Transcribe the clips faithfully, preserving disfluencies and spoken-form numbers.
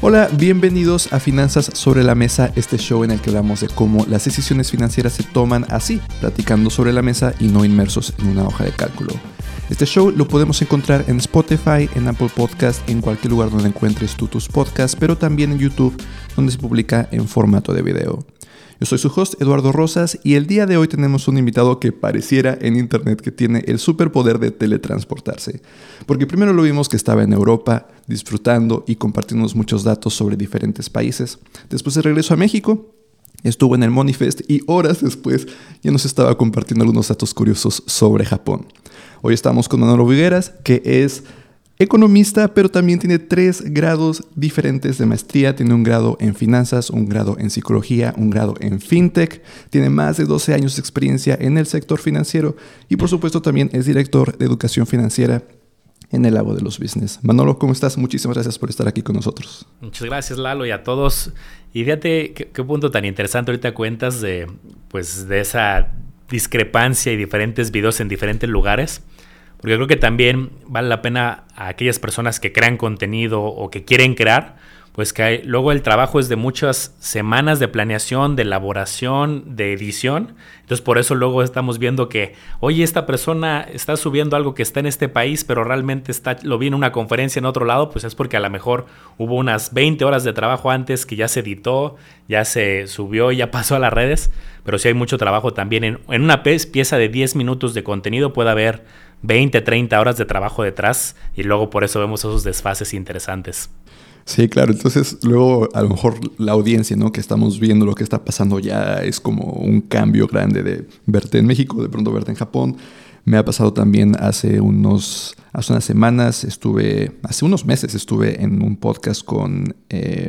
Hola, bienvenidos a Finanzas sobre la Mesa, este show en el que hablamos de cómo las decisiones financieras se toman así, platicando sobre la mesa y no inmersos en una hoja de cálculo. Este show lo podemos encontrar en Spotify, en Apple Podcast, en cualquier lugar donde encuentres tú tus podcasts, pero también en YouTube, donde se publica en formato de video. Yo soy su host, Eduardo Rosas, y el día de hoy tenemos un invitado que pareciera en internet que tiene el superpoder de teletransportarse. Porque primero lo vimos que estaba en Europa, disfrutando y compartiéndonos muchos datos sobre diferentes países. Después se regresó a México, estuvo en el Moneyfest y horas después ya nos estaba compartiendo algunos datos curiosos sobre Japón. Hoy estamos con Manolo Vigueras, que es economista, pero también tiene tres grados diferentes de maestría. Tiene un grado en finanzas, un grado en psicología, un grado en fintech. Tiene más de doce años de experiencia en el sector financiero y por supuesto también es director de educación financiera en el Lago de los Business. Manolo, ¿cómo estás? Muchísimas gracias por estar aquí con nosotros. Muchas gracias, Lalo, y a todos. Y fíjate qué, qué punto tan interesante ahorita cuentas de, pues, de esa discrepancia y diferentes videos en diferentes lugares. Porque creo que también vale la pena a aquellas personas que crean contenido o que quieren crear, pues que hay, luego el trabajo es de muchas semanas de planeación, de elaboración, de edición. Entonces por eso luego estamos viendo que, oye, esta persona está subiendo algo que está en este país, pero realmente está, lo vi en una conferencia en otro lado, pues es porque a lo mejor hubo unas veinte horas de trabajo antes que ya se editó, ya se subió y ya pasó a las redes. Pero sí hay mucho trabajo también. En, en una pieza de diez minutos de contenido puede haber veinte, treinta horas de trabajo detrás y luego por eso vemos esos desfases interesantes. Sí, claro. Entonces, luego a lo mejor la audiencia, ¿no? Que estamos viendo lo que está pasando ya es como un cambio grande de verte en México, de pronto verte en Japón. Me ha pasado también hace unos, hace unas semanas, estuve, hace unos meses estuve en un podcast con eh,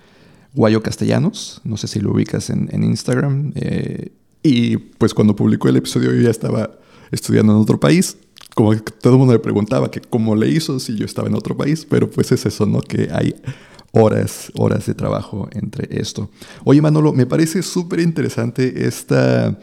Guayo Castellanos. No sé si lo ubicas en, en Instagram. Eh, y pues cuando publicó el episodio yo ya estaba estudiando en otro país. Como que todo el mundo me preguntaba que cómo le hizo si yo estaba en otro país, pero pues es eso, ¿no? Que hay horas, horas de trabajo entre esto. Oye, Manolo, me parece súper interesante esta...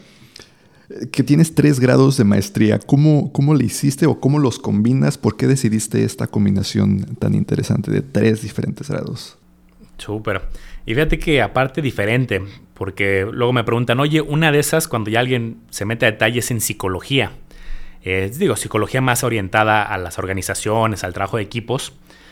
que tienes tres grados de maestría. ¿Cómo, ¿Cómo le hiciste o cómo los combinas? ¿Por qué decidiste esta combinación tan interesante de tres diferentes grados? Súper. Y fíjate que aparte diferente, porque luego me preguntan, oye, una de esas cuando ya alguien se mete a detalles en psicología. Eh, digo, psicología más orientada a las organizaciones, al trabajo de equipos,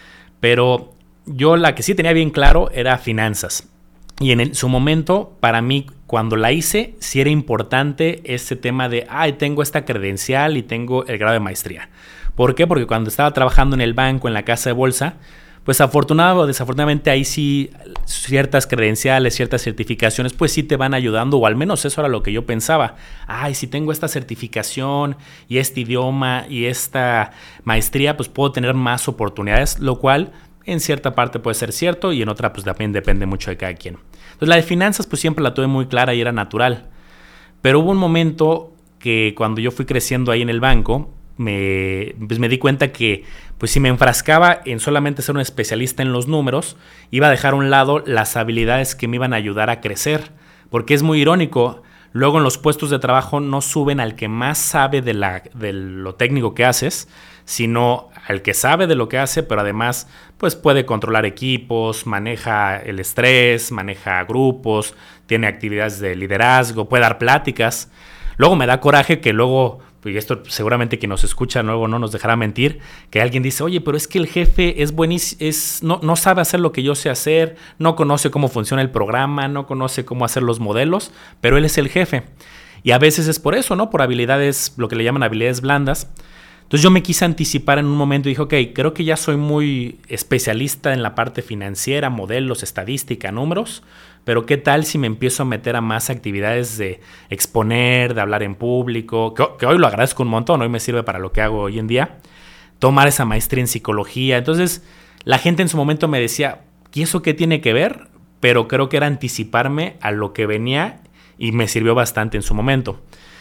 pero yo la que sí tenía bien claro era finanzas. Y en el, su momento, para mí, cuando la hice, sí era importante ese tema de, ay, tengo esta credencial y tengo el grado de maestría. ¿Por qué? Porque cuando estaba trabajando en el banco, en la casa de bolsa, pues afortunadamente o desafortunadamente ahí sí ciertas credenciales, ciertas certificaciones, pues sí te van ayudando, o al menos eso era lo que yo pensaba. Ay, si tengo esta certificación y este idioma y esta maestría, pues puedo tener más oportunidades, lo cual en cierta parte puede ser cierto y en otra pues también depende mucho de cada quien. Entonces la de finanzas pues siempre la tuve muy clara y era natural. Pero hubo un momento que cuando yo fui creciendo ahí en el banco, Me, pues me di cuenta que pues si me enfrascaba en solamente ser un especialista en los números, iba a dejar a un lado las habilidades que me iban a ayudar a crecer, porque es muy irónico, luego en los puestos de trabajo no suben al que más sabe de, la, de lo técnico que haces, sino al que sabe de lo que hace, pero además pues puede controlar equipos, maneja el estrés, maneja grupos, tiene actividades de liderazgo, puede dar pláticas. Luego me da coraje que luego, y esto seguramente quien nos escucha luego no nos dejará mentir, que alguien dice, oye, pero es que el jefe es buenísimo, es, no, no sabe hacer lo que yo sé hacer, no conoce cómo funciona el programa, no conoce cómo hacer los modelos, pero él es el jefe. Y a veces es por eso, ¿no? Por habilidades, lo que le llaman habilidades blandas. Entonces yo me quise anticipar en un momento y dije, ok, creo que ya soy muy especialista en la parte financiera, modelos, estadística, números, pero ¿qué tal si me empiezo a meter a más actividades de exponer, de hablar en público? Que, que hoy lo agradezco un montón, hoy me sirve para lo que hago hoy en día. Tomar esa maestría en psicología. Entonces la gente en su momento me decía, ¿y eso qué tiene que ver? Pero creo que era anticiparme a lo que venía y me sirvió bastante en su momento.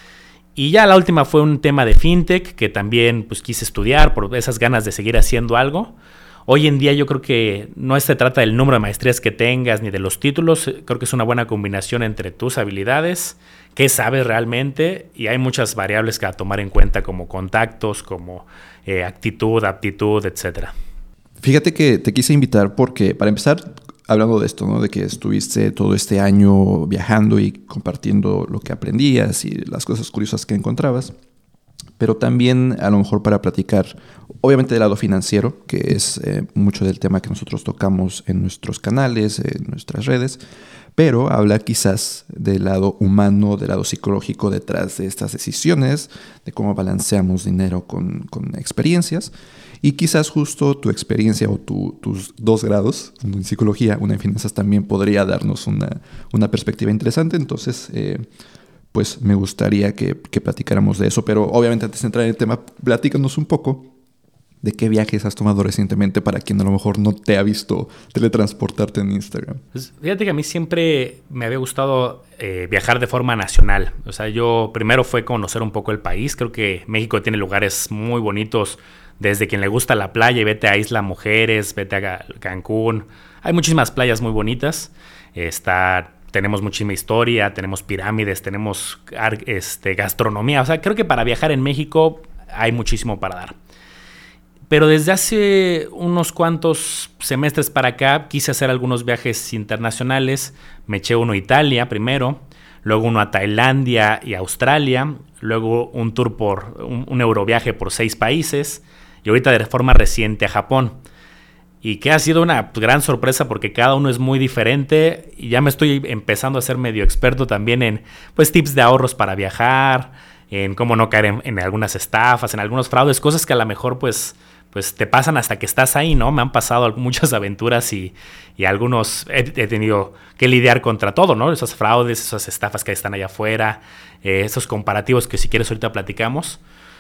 Y ya la última fue un tema de fintech que también pues quise estudiar por esas ganas de seguir haciendo algo. Hoy en día yo creo que no se trata del número de maestrías que tengas ni de los títulos. Creo que es una buena combinación entre tus habilidades, qué sabes realmente, y hay muchas variables que a tomar en cuenta como contactos, como eh, actitud, aptitud, etcétera. Fíjate que te quise invitar porque, para empezar, hablando de esto, ¿no? De que estuviste todo este año viajando y compartiendo lo que aprendías y las cosas curiosas que encontrabas, pero también a lo mejor para platicar, obviamente, del lado financiero, que es eh, mucho del tema que nosotros tocamos en nuestros canales, en nuestras redes, pero habla quizás del lado humano, del lado psicológico detrás de estas decisiones, de cómo balanceamos dinero con, con experiencias. Y quizás justo tu experiencia o tu, tus dos grados, uno en psicología, uno en finanzas, también podría darnos una, una perspectiva interesante. Entonces, eh, pues me gustaría que, que platicáramos de eso. Pero obviamente antes de entrar en el tema, platícanos un poco de qué viajes has tomado recientemente para quien a lo mejor no te ha visto teletransportarte en Instagram. Pues fíjate que a mí siempre me había gustado eh, viajar de forma nacional. O sea, yo primero fue conocer un poco el país. Creo que México tiene lugares muy bonitos. Desde quien le gusta la playa y vete a Isla Mujeres, vete a Cancún. Hay muchísimas playas muy bonitas. Está, tenemos muchísima historia, tenemos pirámides, tenemos este, gastronomía. O sea, creo que para viajar en México hay muchísimo para dar. Pero desde hace unos cuantos semestres para acá quise hacer algunos viajes internacionales. Me eché uno a Italia primero, luego uno a Tailandia y Australia, luego un tour por un, un euroviaje por seis países. Y ahorita de forma reciente a Japón. Y que ha sido una gran sorpresa porque cada uno es muy diferente. Y ya me estoy empezando a ser medio experto también en pues tips de ahorros para viajar, en cómo no caer en, en algunas estafas, en algunos fraudes, cosas que a lo mejor pues, pues te pasan hasta que estás ahí, ¿no? Me han pasado muchas aventuras y, y algunos he, he tenido que lidiar contra todo, ¿no? Esos fraudes, esas estafas que están allá afuera, eh, esos comparativos que si quieres ahorita platicamos.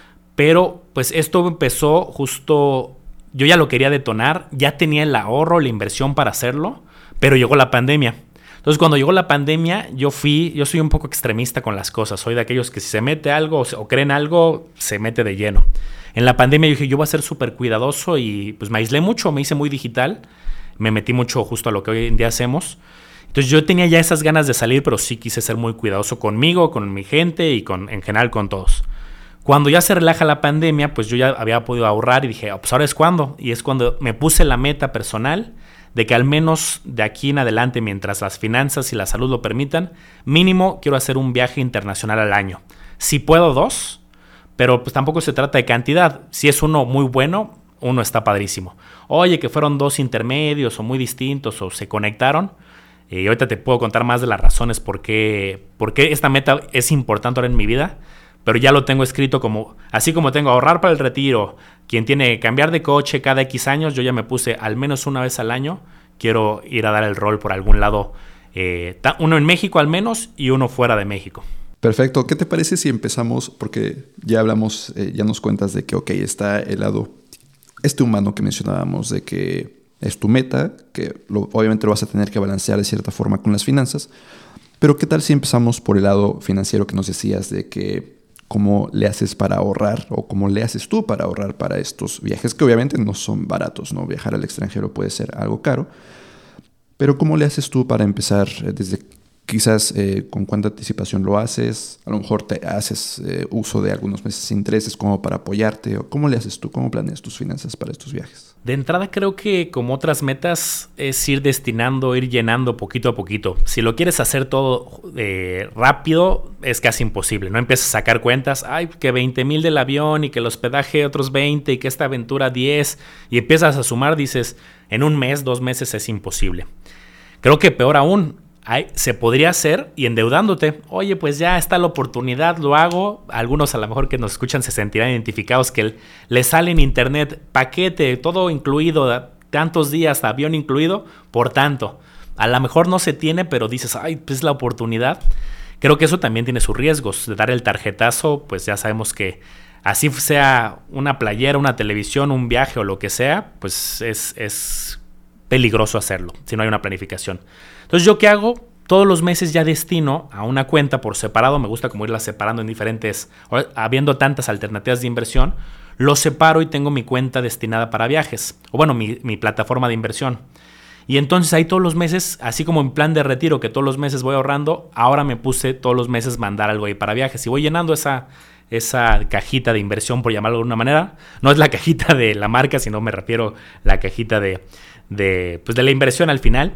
Pero pues esto empezó justo, yo ya lo quería detonar, ya tenía el ahorro, la inversión para hacerlo, pero llegó la pandemia. Entonces cuando llegó la pandemia yo fui, yo soy un poco extremista con las cosas, soy de aquellos que si se mete algo o, se, o creen algo, se mete de lleno. En la pandemia yo dije, yo voy a ser súper cuidadoso y pues me aislé mucho, me hice muy digital, me metí mucho justo a lo que hoy en día hacemos. Entonces yo tenía ya esas ganas de salir, pero sí quise ser muy cuidadoso conmigo, con mi gente y con, en general con todos. Cuando ya se relaja la pandemia, pues yo ya había podido ahorrar y dije, oh, pues ahora es cuando. Y es cuando me puse la meta personal de que al menos de aquí en adelante, mientras las finanzas y la salud lo permitan, mínimo quiero hacer un viaje internacional al año. Si puedo, dos, pero pues tampoco se trata de cantidad. Si es uno muy bueno, uno está padrísimo. Oye, que fueron dos intermedios o muy distintos o se conectaron. Y ahorita te puedo contar más de las razones por qué, por qué esta meta es importante ahora en mi vida. Pero ya lo tengo escrito como, así como tengo ahorrar para el retiro, quien tiene que cambiar de coche cada X años, yo ya me puse al menos una vez al año, quiero ir a dar el rol por algún lado, eh, uno en México al menos y uno fuera de México. Perfecto, ¿qué te parece si empezamos? Porque ya hablamos, eh, ya nos cuentas de que, ok, está el lado, este humano que mencionábamos, de que es tu meta, que lo, obviamente lo vas a tener que balancear de cierta forma con las finanzas, pero ¿qué tal si empezamos por el lado financiero que nos decías de que cómo le haces para ahorrar o cómo le haces tú para ahorrar para estos viajes que obviamente no son baratos, ¿no? Viajar al extranjero puede ser algo caro, pero cómo le haces tú para empezar desde quizás eh, con cuánta anticipación lo haces, a lo mejor te haces eh, uso de algunos meses sin intereses como para apoyarte, o cómo le haces tú, cómo planeas tus finanzas para estos viajes. De entrada creo que como otras metas es ir destinando, ir llenando poquito a poquito. Si lo quieres hacer todo eh, rápido es casi imposible, no empiezas a sacar cuentas, ay que veinte mil del avión y que el hospedaje otros veinte y que esta aventura diez y empiezas a sumar, dices en un mes, dos meses es imposible. Creo que peor aún, Hay, se podría hacer y endeudándote. Oye, pues ya está la oportunidad, lo hago. Algunos a lo mejor que nos escuchan se sentirán identificados que les sale en internet paquete, todo incluido, tantos días, avión incluido, por tanto. A lo mejor no se tiene, pero dices, ay, pues es la oportunidad. Creo que eso también tiene sus riesgos. De dar el tarjetazo, pues ya sabemos que así sea una playera, una televisión, un viaje o lo que sea, pues es, es peligroso hacerlo si no hay una planificación. Entonces, ¿yo qué hago? Todos los meses ya destino a una cuenta por separado. Me gusta como irla separando en diferentes, habiendo tantas alternativas de inversión. Lo separo y tengo mi cuenta destinada para viajes. O bueno, mi, mi plataforma de inversión. Y entonces ahí todos los meses, así como en plan de retiro, que todos los meses voy ahorrando, ahora me puse todos los meses mandar algo ahí para viajes. Y voy llenando esa, esa cajita de inversión, por llamarlo de alguna manera. No es la cajita de la marca, sino me refiero a la cajita de, de, pues de la inversión al final.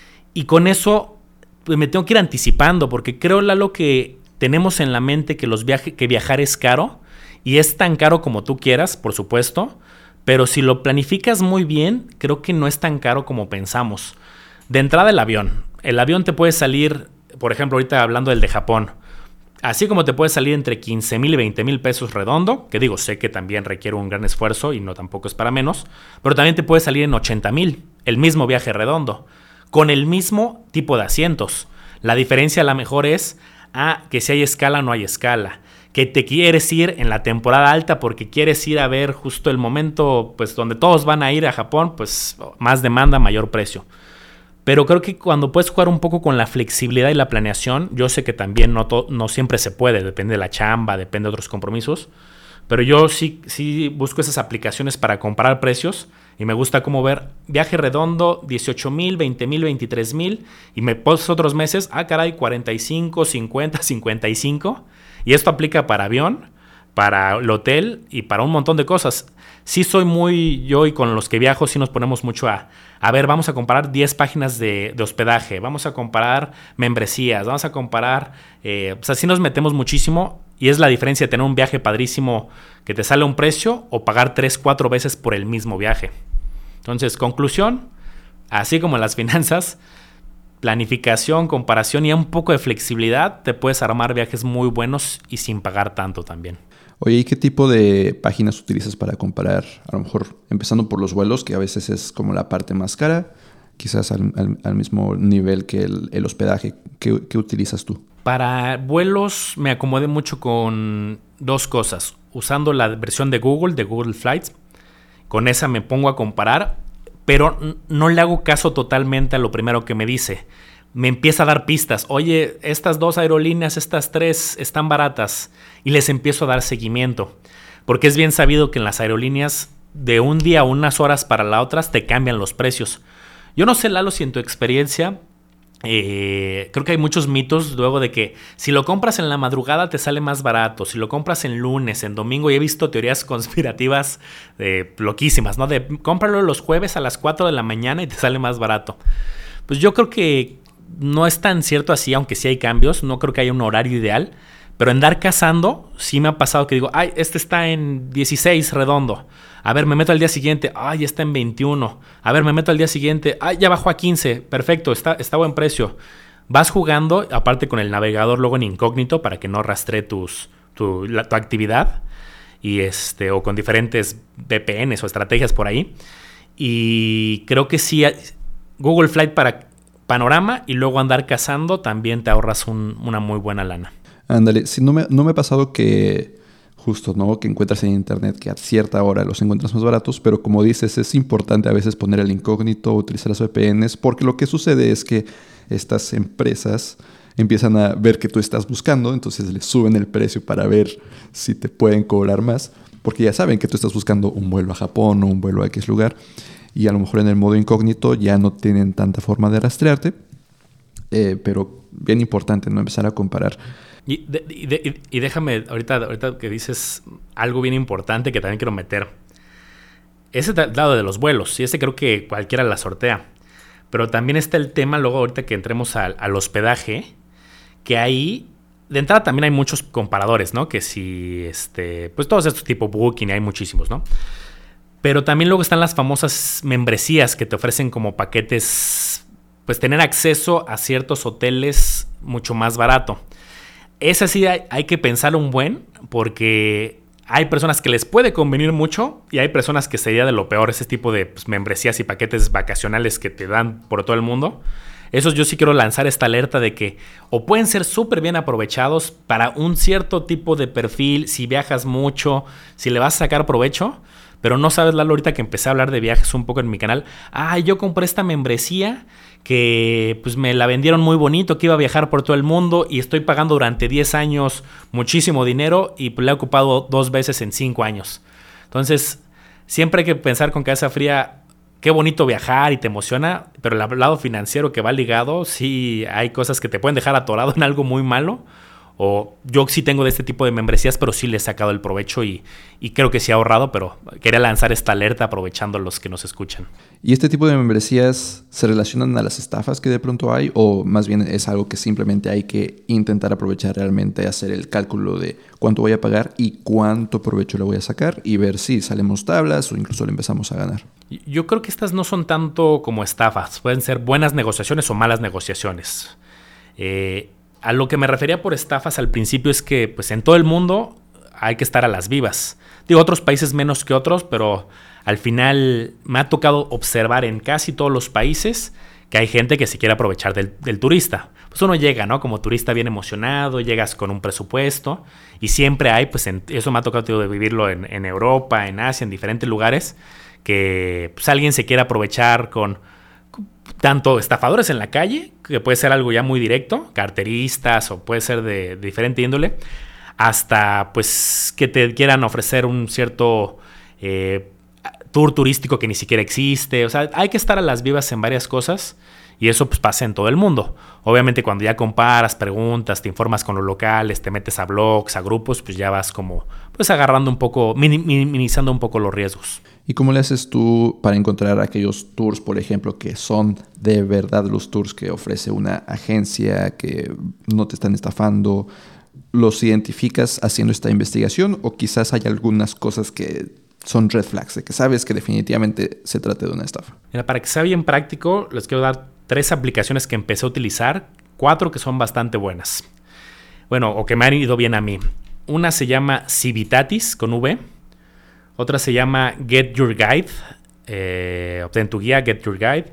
Y con eso pues me tengo que ir anticipando, porque creo, Lalo, que tenemos en la mente que, los viaje, que viajar es caro, y es tan caro como tú quieras, por supuesto, pero si lo planificas muy bien, creo que no es tan caro como pensamos. De entrada, el avión. El avión te puede salir, por ejemplo, ahorita hablando del de Japón, así como te puede salir entre quince mil y veinte mil pesos redondo, que digo, sé que también requiere un gran esfuerzo y no tampoco es para menos, pero también te puede salir en ochenta mil, el mismo viaje redondo, con el mismo tipo de asientos. La diferencia a lo mejor es ah, que si hay escala o no hay escala, que te quieres ir en la temporada alta porque quieres ir a ver justo el momento pues donde todos van a ir a Japón, pues más demanda, mayor precio. Pero creo que cuando puedes jugar un poco con la flexibilidad y la planeación, yo sé que también no, to- no siempre se puede, depende de la chamba, depende de otros compromisos, pero yo sí, sí busco esas aplicaciones para comparar precios y me gusta como ver viaje redondo, dieciocho mil, veinte mil, veintitrés mil, y me paso otros meses, ah caray, cuarenta y cinco, cincuenta, cincuenta y cinco, y esto aplica para avión, para el hotel y para un montón de cosas. Sí soy muy, yo y con los que viajo sí nos ponemos mucho a, a ver, vamos a comparar diez páginas de, de hospedaje, vamos a comparar membresías, vamos a comparar, eh, o sea, sí nos metemos muchísimo y es la diferencia de tener un viaje padrísimo que te sale a un precio o pagar tres, cuatro veces por el mismo viaje. Entonces, conclusión, así como en las finanzas, planificación, comparación y un poco de flexibilidad, te puedes armar viajes muy buenos y sin pagar tanto también. Oye, ¿y qué tipo de páginas utilizas para comparar? A lo mejor empezando por los vuelos, que a veces es como la parte más cara, quizás al, al, al mismo nivel que el, el hospedaje. ¿Qué, ¿Qué utilizas tú? Para vuelos me acomodé mucho con dos cosas. Usando la versión de Google, de Google Flights. Con esa me pongo a comparar, pero no le hago caso totalmente a lo primero que me dice. Me empieza a dar pistas. Oye, estas dos aerolíneas, estas tres están baratas. Y les empiezo a dar seguimiento. Porque es bien sabido que en las aerolíneas de un día a unas horas para la otra te cambian los precios. Yo no sé, Lalo, si en tu experiencia eh, creo que hay muchos mitos luego de que si lo compras en la madrugada te sale más barato. Si lo compras en lunes, en domingo, y he visto teorías conspirativas eh, loquísimas, ¿no? De cómpralo los jueves a las cuatro de la mañana y te sale más barato. Pues yo creo que no es tan cierto así, aunque sí hay cambios. No creo que haya un horario ideal. Pero en dar cazando, sí me ha pasado que digo, ay, este está en dieciséis redondo. A ver, me meto al día siguiente, ay, está en veintiuno. A ver, me meto al día siguiente, ay, ya bajó a quince. Perfecto, está, está a buen precio. Vas jugando, aparte con el navegador luego en incógnito para que no rastree tus, tu, la, tu actividad. Y este, o con diferentes V P Ns o estrategias por ahí. Y creo que sí, Google Flight para panorama y luego andar cazando, también te ahorras un, una muy buena lana. Ándale, si no me, no me ha pasado que justo, ¿no? Que encuentras en internet que a cierta hora los encuentras más baratos, pero como dices, es importante a veces poner el incógnito, utilizar las V P Ns, porque lo que sucede es que estas empresas empiezan a ver que tú estás buscando, entonces les suben el precio para ver si te pueden cobrar más, porque ya saben que tú estás buscando un vuelo a Japón o un vuelo a X lugar, y a lo mejor en el modo incógnito ya no tienen tanta forma de rastrearte, eh, pero bien importante, ¿no? Empezar a comparar. Y, de, y, de, y déjame, ahorita, ahorita que dices algo bien importante que también quiero meter. Ese lado de los vuelos, y ese creo que cualquiera la sortea. Pero también está el tema, luego ahorita que entremos al, al hospedaje, que ahí, de entrada también hay muchos comparadores, ¿no? Que si, este, pues todos estos tipo Booking, hay muchísimos, ¿no? Pero también luego están las famosas membresías que te ofrecen como paquetes, pues tener acceso a ciertos hoteles mucho más barato. Esa sí hay, hay que pensar un buen, porque hay personas que les puede convenir mucho y hay personas que sería de lo peor ese tipo de pues, membresías y paquetes vacacionales que te dan por todo el mundo. Esos yo sí quiero lanzar esta alerta de que o pueden ser súper bien aprovechados para un cierto tipo de perfil, si viajas mucho, si le vas a sacar provecho, pero no sabes, Lalo, ahorita que empecé a hablar de viajes un poco en mi canal, ah, yo compré esta membresía que pues me la vendieron muy bonito, que iba a viajar por todo el mundo y estoy pagando durante diez años muchísimo dinero y pues, le he ocupado dos veces en cinco años. Entonces, siempre hay que pensar con cabeza fría, qué bonito viajar y te emociona, pero el lado financiero que va ligado, sí hay cosas que te pueden dejar atorado en algo muy malo O yo sí tengo de este tipo de membresías, pero sí le he sacado el provecho y, y creo que sí he ahorrado, pero quería lanzar esta alerta aprovechando a los que nos escuchan. ¿Y este tipo de membresías se relacionan a las estafas que de pronto hay? ¿O más bien es algo que simplemente hay que intentar aprovechar realmente, hacer el cálculo de cuánto voy a pagar y cuánto provecho le voy a sacar y ver si salimos tablas o incluso le empezamos a ganar? Yo creo que estas no son tanto como estafas, pueden ser buenas negociaciones o malas negociaciones. Eh... A lo que me refería por estafas al principio es que pues en todo el mundo hay que estar a las vivas. Digo, otros países menos que otros, pero al final me ha tocado observar en casi todos los países que hay gente que se quiere aprovechar del, del turista. Pues uno llega, ¿no? Como turista bien emocionado, llegas con un presupuesto y siempre hay, pues en, eso me ha tocado tío, de vivirlo en, en Europa, en Asia, en diferentes lugares, que pues alguien se quiere aprovechar con... tanto estafadores en la calle, que puede ser algo ya muy directo, carteristas o puede ser de, de diferente índole, hasta pues que te quieran ofrecer un cierto eh, tour turístico que ni siquiera existe. O sea, hay que estar a las vivas en varias cosas y eso pues pasa en todo el mundo. Obviamente cuando ya comparas, preguntas, te informas con los locales, te metes a blogs, a grupos, pues ya vas como pues agarrando un poco, minimizando un poco los riesgos. ¿Y cómo le haces tú para encontrar aquellos tours, por ejemplo, que son de verdad los tours que ofrece una agencia, que no te están estafando? ¿Los identificas haciendo esta investigación o quizás hay algunas cosas que son red flags, de que sabes que definitivamente se trata de una estafa? Mira, para que sea bien práctico, les quiero dar tres aplicaciones que empecé a utilizar, cuatro que son bastante buenas. Bueno, o que me han ido bien a mí. Una se llama Civitatis, con V. Otra se llama Get Your Guide. Eh, obtén tu guía, Get Your Guide.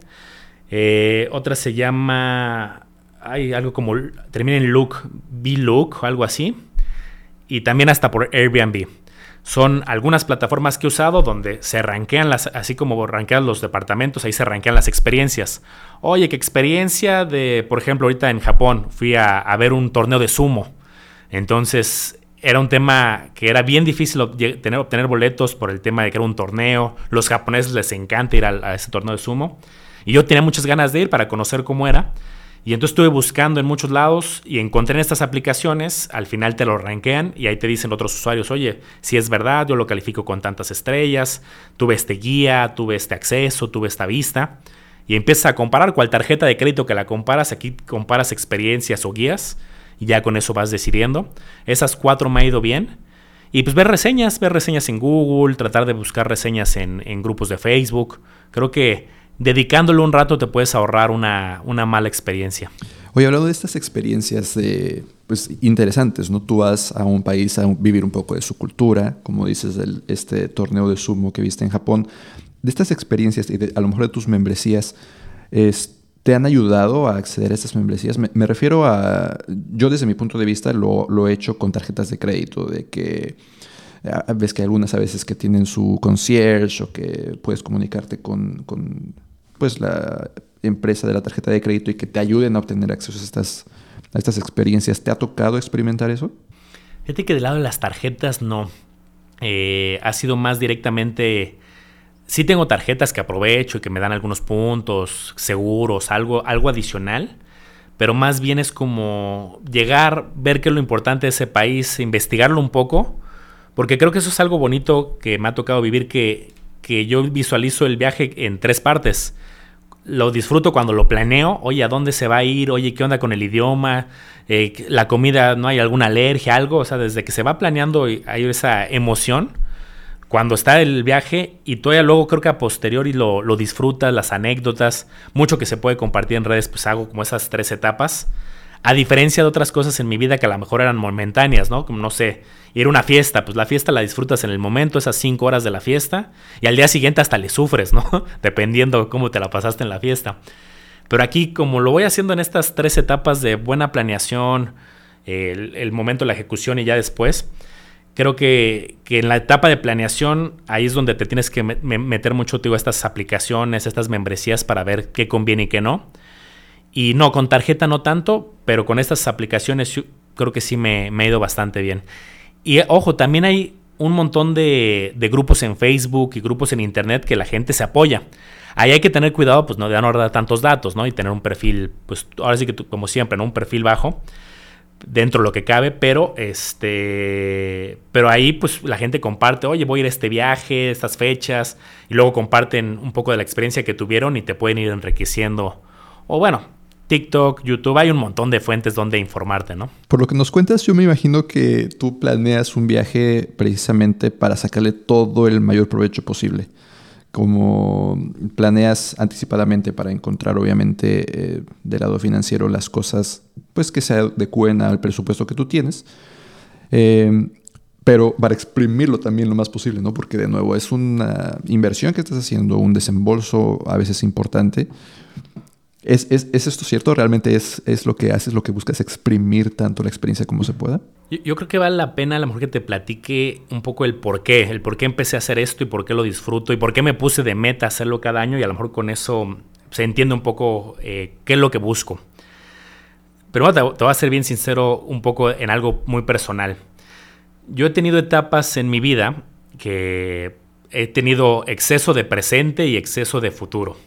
Eh, otra se llama... Hay algo como... Termina en Look, B-Look o algo así. Y también hasta por Airbnb. Son algunas plataformas que he usado donde se rankean las... Así como rankean los departamentos, ahí se rankean las experiencias. Oye, ¿qué experiencia de... Por ejemplo, ahorita en Japón fui a, a ver un torneo de sumo. Entonces... Era un tema que era bien difícil obtener, obtener boletos por el tema de que era un torneo. Los japoneses les encanta ir a, a ese torneo de sumo. Y yo tenía muchas ganas de ir para conocer cómo era. Y entonces estuve buscando en muchos lados y encontré en estas aplicaciones. Al final te lo rankean y ahí te dicen otros usuarios, oye, si es verdad, yo lo califico con tantas estrellas. Tuve este guía, tuve este acceso, tuve esta vista. Y empiezas a comparar cuál tarjeta de crédito que la comparas. Aquí comparas experiencias o guías. Y ya con eso vas decidiendo. Esas cuatro me ha ido bien. Y pues ver reseñas, ver reseñas en Google, tratar de buscar reseñas en, en grupos de Facebook. Creo que dedicándole un rato te puedes ahorrar una, una mala experiencia. Oye, hablando de estas experiencias de, pues, interesantes, ¿no? Tú vas a un país a vivir un poco de su cultura, como dices, el, este torneo de sumo que viste en Japón. De estas experiencias y de, a lo mejor de tus membresías, es... ¿te han ayudado a acceder a estas membresías? Me, me refiero a... Yo desde mi punto de vista lo, lo he hecho con tarjetas de crédito, de que... A, ves que hay algunas a veces que tienen su concierge o que puedes comunicarte con, con pues, la empresa de la tarjeta de crédito y que te ayuden a obtener acceso a estas, a estas experiencias. ¿Te ha tocado experimentar eso? Fíjate que del lado de las tarjetas no. Eh, ha sido más directamente... Sí tengo tarjetas que aprovecho y que me dan algunos puntos, seguros, algo, algo adicional, pero más bien es como llegar, ver qué es lo importante de ese país, investigarlo un poco, porque creo que eso es algo bonito que me ha tocado vivir, que, que yo visualizo el viaje en tres partes. Lo disfruto cuando lo planeo, oye, ¿a dónde se va a ir? Oye, ¿qué onda con el idioma? Eh, la comida, ¿no hay alguna alergia, algo? O sea, desde que se va planeando hay esa emoción. Cuando está el viaje y todavía luego creo que a posteriori lo, lo disfrutas, las anécdotas, mucho que se puede compartir en redes, pues hago como esas tres etapas. A diferencia de otras cosas en mi vida que a lo mejor eran momentáneas, ¿no? Como, no sé, ir a una fiesta, pues la fiesta la disfrutas en el momento, esas cinco horas de la fiesta, y al día siguiente hasta le sufres, ¿no? Dependiendo cómo te la pasaste en la fiesta. Pero aquí, como lo voy haciendo en estas tres etapas de buena planeación, el, el momento de la ejecución y ya después... Creo que, que en la etapa de planeación, ahí es donde te tienes que me- meter mucho, digo, estas aplicaciones, estas membresías para ver qué conviene y qué no. Y no, con tarjeta no tanto, pero con estas aplicaciones yo creo que sí me, me ha ido bastante bien. Y ojo, también hay un montón de, de grupos en Facebook y grupos en Internet que la gente se apoya. Ahí hay que tener cuidado, pues no de no dar tantos datos, ¿no? Y tener un perfil, pues ahora sí que tú, como siempre, ¿no? Un perfil bajo. dentro de lo que cabe, pero este pero ahí pues la gente comparte, oye, voy a ir a este viaje, estas fechas, y luego comparten un poco de la experiencia que tuvieron y te pueden ir enriqueciendo. O bueno, TikTok, YouTube, hay un montón de fuentes donde informarte, ¿no? Por lo que nos cuentas, yo me imagino que tú planeas un viaje precisamente para sacarle todo el mayor provecho posible. Como planeas anticipadamente para encontrar, obviamente, eh, del lado financiero las cosas pues que se adecúen al presupuesto que tú tienes. Eh, pero para exprimirlo también lo más posible, ¿no? Porque, de nuevo, es una inversión que estás haciendo, un desembolso a veces importante. ¿Es, es, ¿Es esto cierto? ¿Realmente es, es lo que haces, lo que buscas, exprimir tanto la experiencia como se pueda? Yo, yo creo que vale la pena a lo mejor que te platique un poco el por qué, el por qué empecé a hacer esto y por qué lo disfruto y por qué me puse de meta hacerlo cada año, y a lo mejor con eso se entiende un poco eh, qué es lo que busco. Pero bueno, te, te voy a ser bien sincero un poco en algo muy personal. Yo he tenido etapas en mi vida que he tenido exceso de presente y exceso de futuro.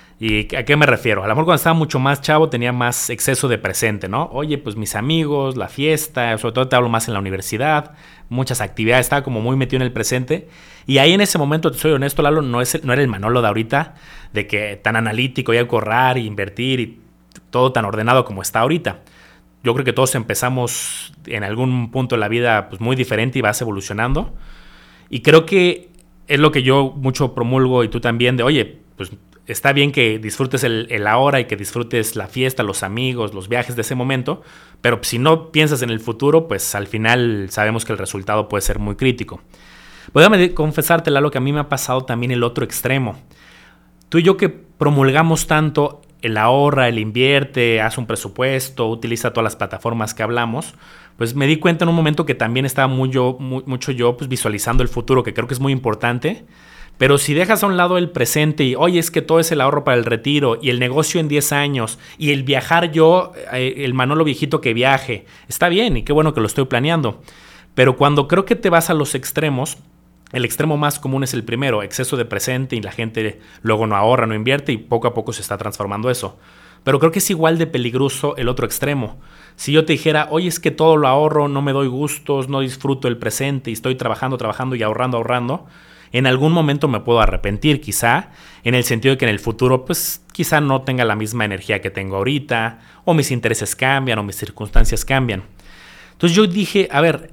¿Y a qué me refiero? A lo mejor cuando estaba mucho más chavo tenía más exceso de presente, ¿no? Oye, pues mis amigos, la fiesta, sobre todo te hablo más en la universidad, muchas actividades, estaba como muy metido en el presente. Y ahí en ese momento, te soy honesto, Lalo, no, es, no era el Manolo de ahorita, de que tan analítico, ya correr, invertir y todo tan ordenado como está ahorita. Yo creo que todos empezamos en algún punto de la vida pues muy diferente y vas evolucionando. Y creo que es lo que yo mucho promulgo, y tú también, de oye, pues está bien que disfrutes el, el ahora y que disfrutes la fiesta, los amigos, los viajes de ese momento, pero si no piensas en el futuro, pues al final sabemos que el resultado puede ser muy crítico. Pues déjame confesarte, Lalo, que a mí me ha pasado también el otro extremo. Tú y yo que promulgamos tanto el ahorra, el invierte, haz un presupuesto, utiliza todas las plataformas que hablamos, pues me di cuenta en un momento que también estaba muy yo, muy, mucho yo pues visualizando el futuro, que creo que es muy importante. Pero si dejas a un lado el presente y, oye, es que todo es el ahorro para el retiro y el negocio en diez años y el viajar yo, el Manolo viejito que viaje, está bien y qué bueno que lo estoy planeando. Pero cuando creo que te vas a los extremos, el extremo más común es el primero, exceso de presente, y la gente luego no ahorra, no invierte, y poco a poco se está transformando eso. Pero creo que es igual de peligroso el otro extremo. Si yo te dijera, oye, es que todo lo ahorro, no me doy gustos, no disfruto el presente y estoy trabajando, trabajando y ahorrando, ahorrando, en algún momento me puedo arrepentir, quizá, en el sentido de que en el futuro, pues, quizá no tenga la misma energía que tengo ahorita, o mis intereses cambian, o mis circunstancias cambian. Entonces yo dije, a ver,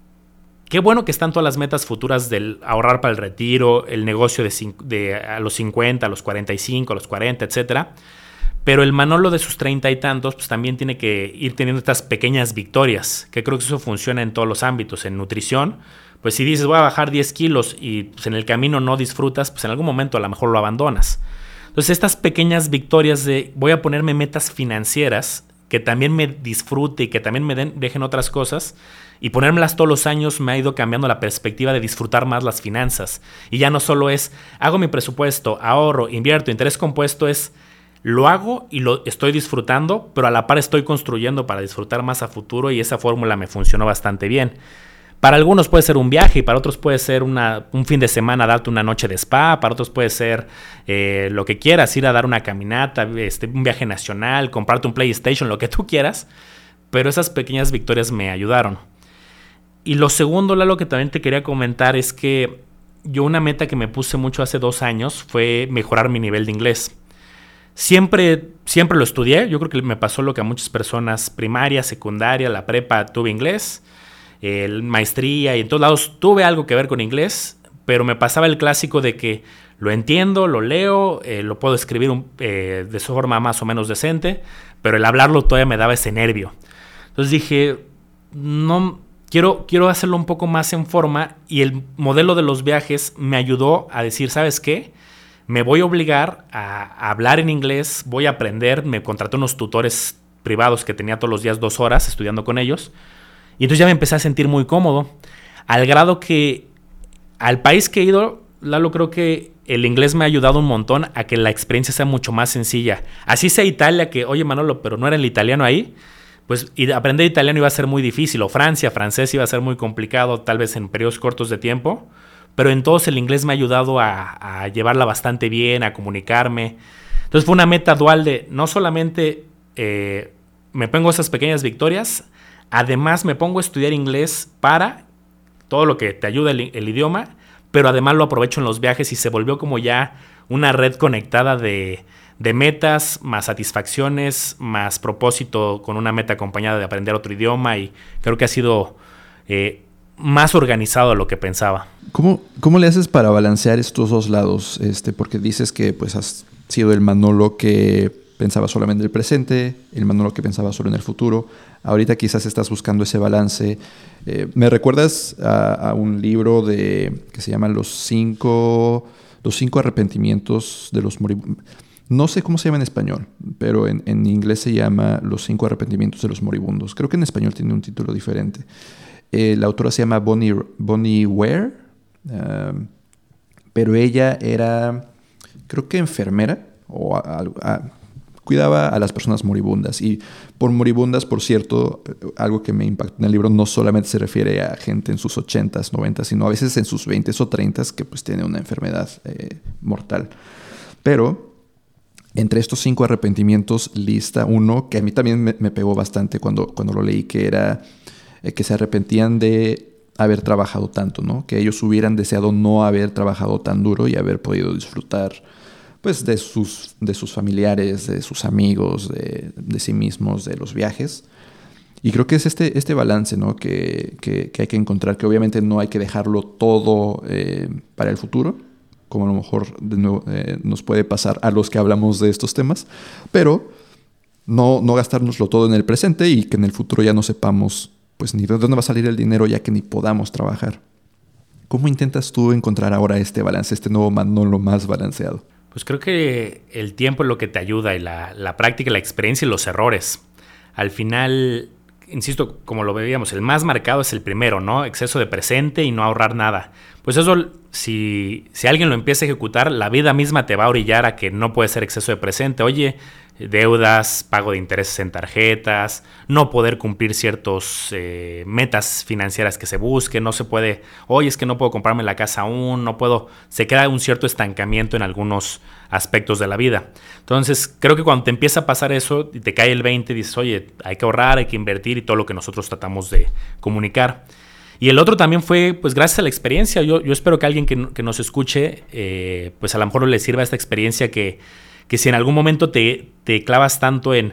qué bueno que están todas las metas futuras del ahorrar para el retiro, el negocio de, cinco, de a los cincuenta, a los cuarenta y cinco, a los cuarenta, etcétera. Pero el Manolo de sus treinta y tantos, pues también tiene que ir teniendo estas pequeñas victorias, que creo que eso funciona en todos los ámbitos. En nutrición, pues si dices voy a bajar diez kilos y pues en el camino no disfrutas, pues en algún momento a lo mejor lo abandonas. Entonces estas pequeñas victorias de voy a ponerme metas financieras que también me disfrute y que también me den, dejen otras cosas, y ponérmelas todos los años me ha ido cambiando la perspectiva de disfrutar más las finanzas. Y ya no solo es hago mi presupuesto, ahorro, invierto, interés compuesto, es lo hago y lo estoy disfrutando, pero a la par estoy construyendo para disfrutar más a futuro, y esa fórmula me funcionó bastante bien. Para algunos puede ser un viaje y para otros puede ser una, un fin de semana, darte una noche de spa. Para otros puede ser eh, lo que quieras, ir a dar una caminata, este, un viaje nacional, comprarte un PlayStation, lo que tú quieras. Pero esas pequeñas victorias me ayudaron. Y lo segundo, Lalo, que también te quería comentar es que yo una meta que me puse mucho hace dos años fue mejorar mi nivel de inglés. Siempre, siempre lo estudié. Yo creo que me pasó lo que a muchas personas, primaria, secundaria, la prepa, tuve inglés. El maestría y en todos lados tuve algo que ver con inglés, pero me pasaba el clásico de que lo entiendo, lo leo, eh, lo puedo escribir un, eh, de forma más o menos decente, pero el hablarlo todavía me daba ese nervio. Entonces dije, no, quiero, quiero hacerlo un poco más en forma, y el modelo de los viajes me ayudó a decir, ¿sabes qué? Me voy a obligar a, a hablar en inglés, voy a aprender. Me contraté unos tutores privados que tenía todos los días dos horas estudiando con ellos. Y entonces ya me empecé a sentir muy cómodo, al grado que al país que he ido, Lalo, creo que el inglés me ha ayudado un montón a que la experiencia sea mucho más sencilla. Así sea Italia, que, oye Manolo, pero no era el italiano ahí, pues aprender italiano iba a ser muy difícil, o Francia, francés iba a ser muy complicado, tal vez en periodos cortos de tiempo, pero en todos el inglés me ha ayudado a, a llevarla bastante bien, a comunicarme. Entonces fue una meta dual de no solamente eh, me pongo esas pequeñas victorias, Además me pongo a estudiar inglés para todo lo que te ayuda el, el idioma, pero además lo aprovecho en los viajes y se volvió como ya una red conectada de, de metas, más satisfacciones, más propósito con una meta acompañada de aprender otro idioma, y creo que ha sido eh, más organizado de lo que pensaba. ¿Cómo, cómo le haces para balancear estos dos lados? Este, porque dices que pues has sido el Manolo que pensaba solamente en el presente, el Manolo que pensaba solo en el futuro. Ahorita quizás estás buscando ese balance. Eh, ¿Me recuerdas a, a un libro de que se llama Los cinco, los cinco arrepentimientos de los moribundos? No sé cómo se llama en español, pero en, en inglés se llama Los cinco arrepentimientos de los moribundos. Creo que en español tiene un título diferente. Eh, la autora se llama Bonnie, Bonnie Ware, uh, pero ella era, creo que enfermera, o a, a, a, cuidaba a las personas moribundas. Y por moribundas, por cierto, algo que me impactó en el libro, no solamente se refiere a gente en sus ochentas, noventas, sino a veces en sus veintes o treintas que pues tiene una enfermedad eh, mortal. Pero entre estos cinco arrepentimientos lista uno que a mí también me, me pegó bastante cuando, cuando lo leí, que era eh, que se arrepentían de haber trabajado tanto, ¿no? Que ellos hubieran deseado no haber trabajado tan duro y haber podido disfrutar pues de sus, de sus familiares, de sus amigos, de, de sí mismos, de los viajes. Y creo que es este, este balance, ¿no? que, que, que hay que encontrar, que obviamente no hay que dejarlo todo eh, para el futuro, como a lo mejor de nuevo, eh, nos puede pasar a los que hablamos de estos temas, pero no, no gastárnoslo todo en el presente y que en el futuro ya no sepamos pues ni de dónde va a salir el dinero, ya que ni podamos trabajar. ¿Cómo intentas tú encontrar ahora este balance, este nuevo Manolo más balanceado? Pues creo que el tiempo es lo que te ayuda, y la, la práctica, la experiencia y los errores. Al final, insisto, como lo veíamos, el más marcado es el primero, ¿no? Exceso de presente y no ahorrar nada. Pues eso, si, si alguien lo empieza a ejecutar, la vida misma te va a orillar a que no puede ser exceso de presente. Oye, deudas, pago de intereses en tarjetas, no poder cumplir ciertas eh, metas financieras que se busquen, no se puede, oye, es que no puedo comprarme la casa aún, no puedo, se queda un cierto estancamiento en algunos aspectos de la vida. Entonces, creo que cuando te empieza a pasar eso y te cae el veinte, dices, oye, hay que ahorrar, hay que invertir, y todo lo que nosotros tratamos de comunicar. Y el otro también fue, pues gracias a la experiencia. Yo, yo espero que alguien que, que nos escuche, eh, pues a lo mejor le sirva esta experiencia, que, que si en algún momento te, te clavas tanto en,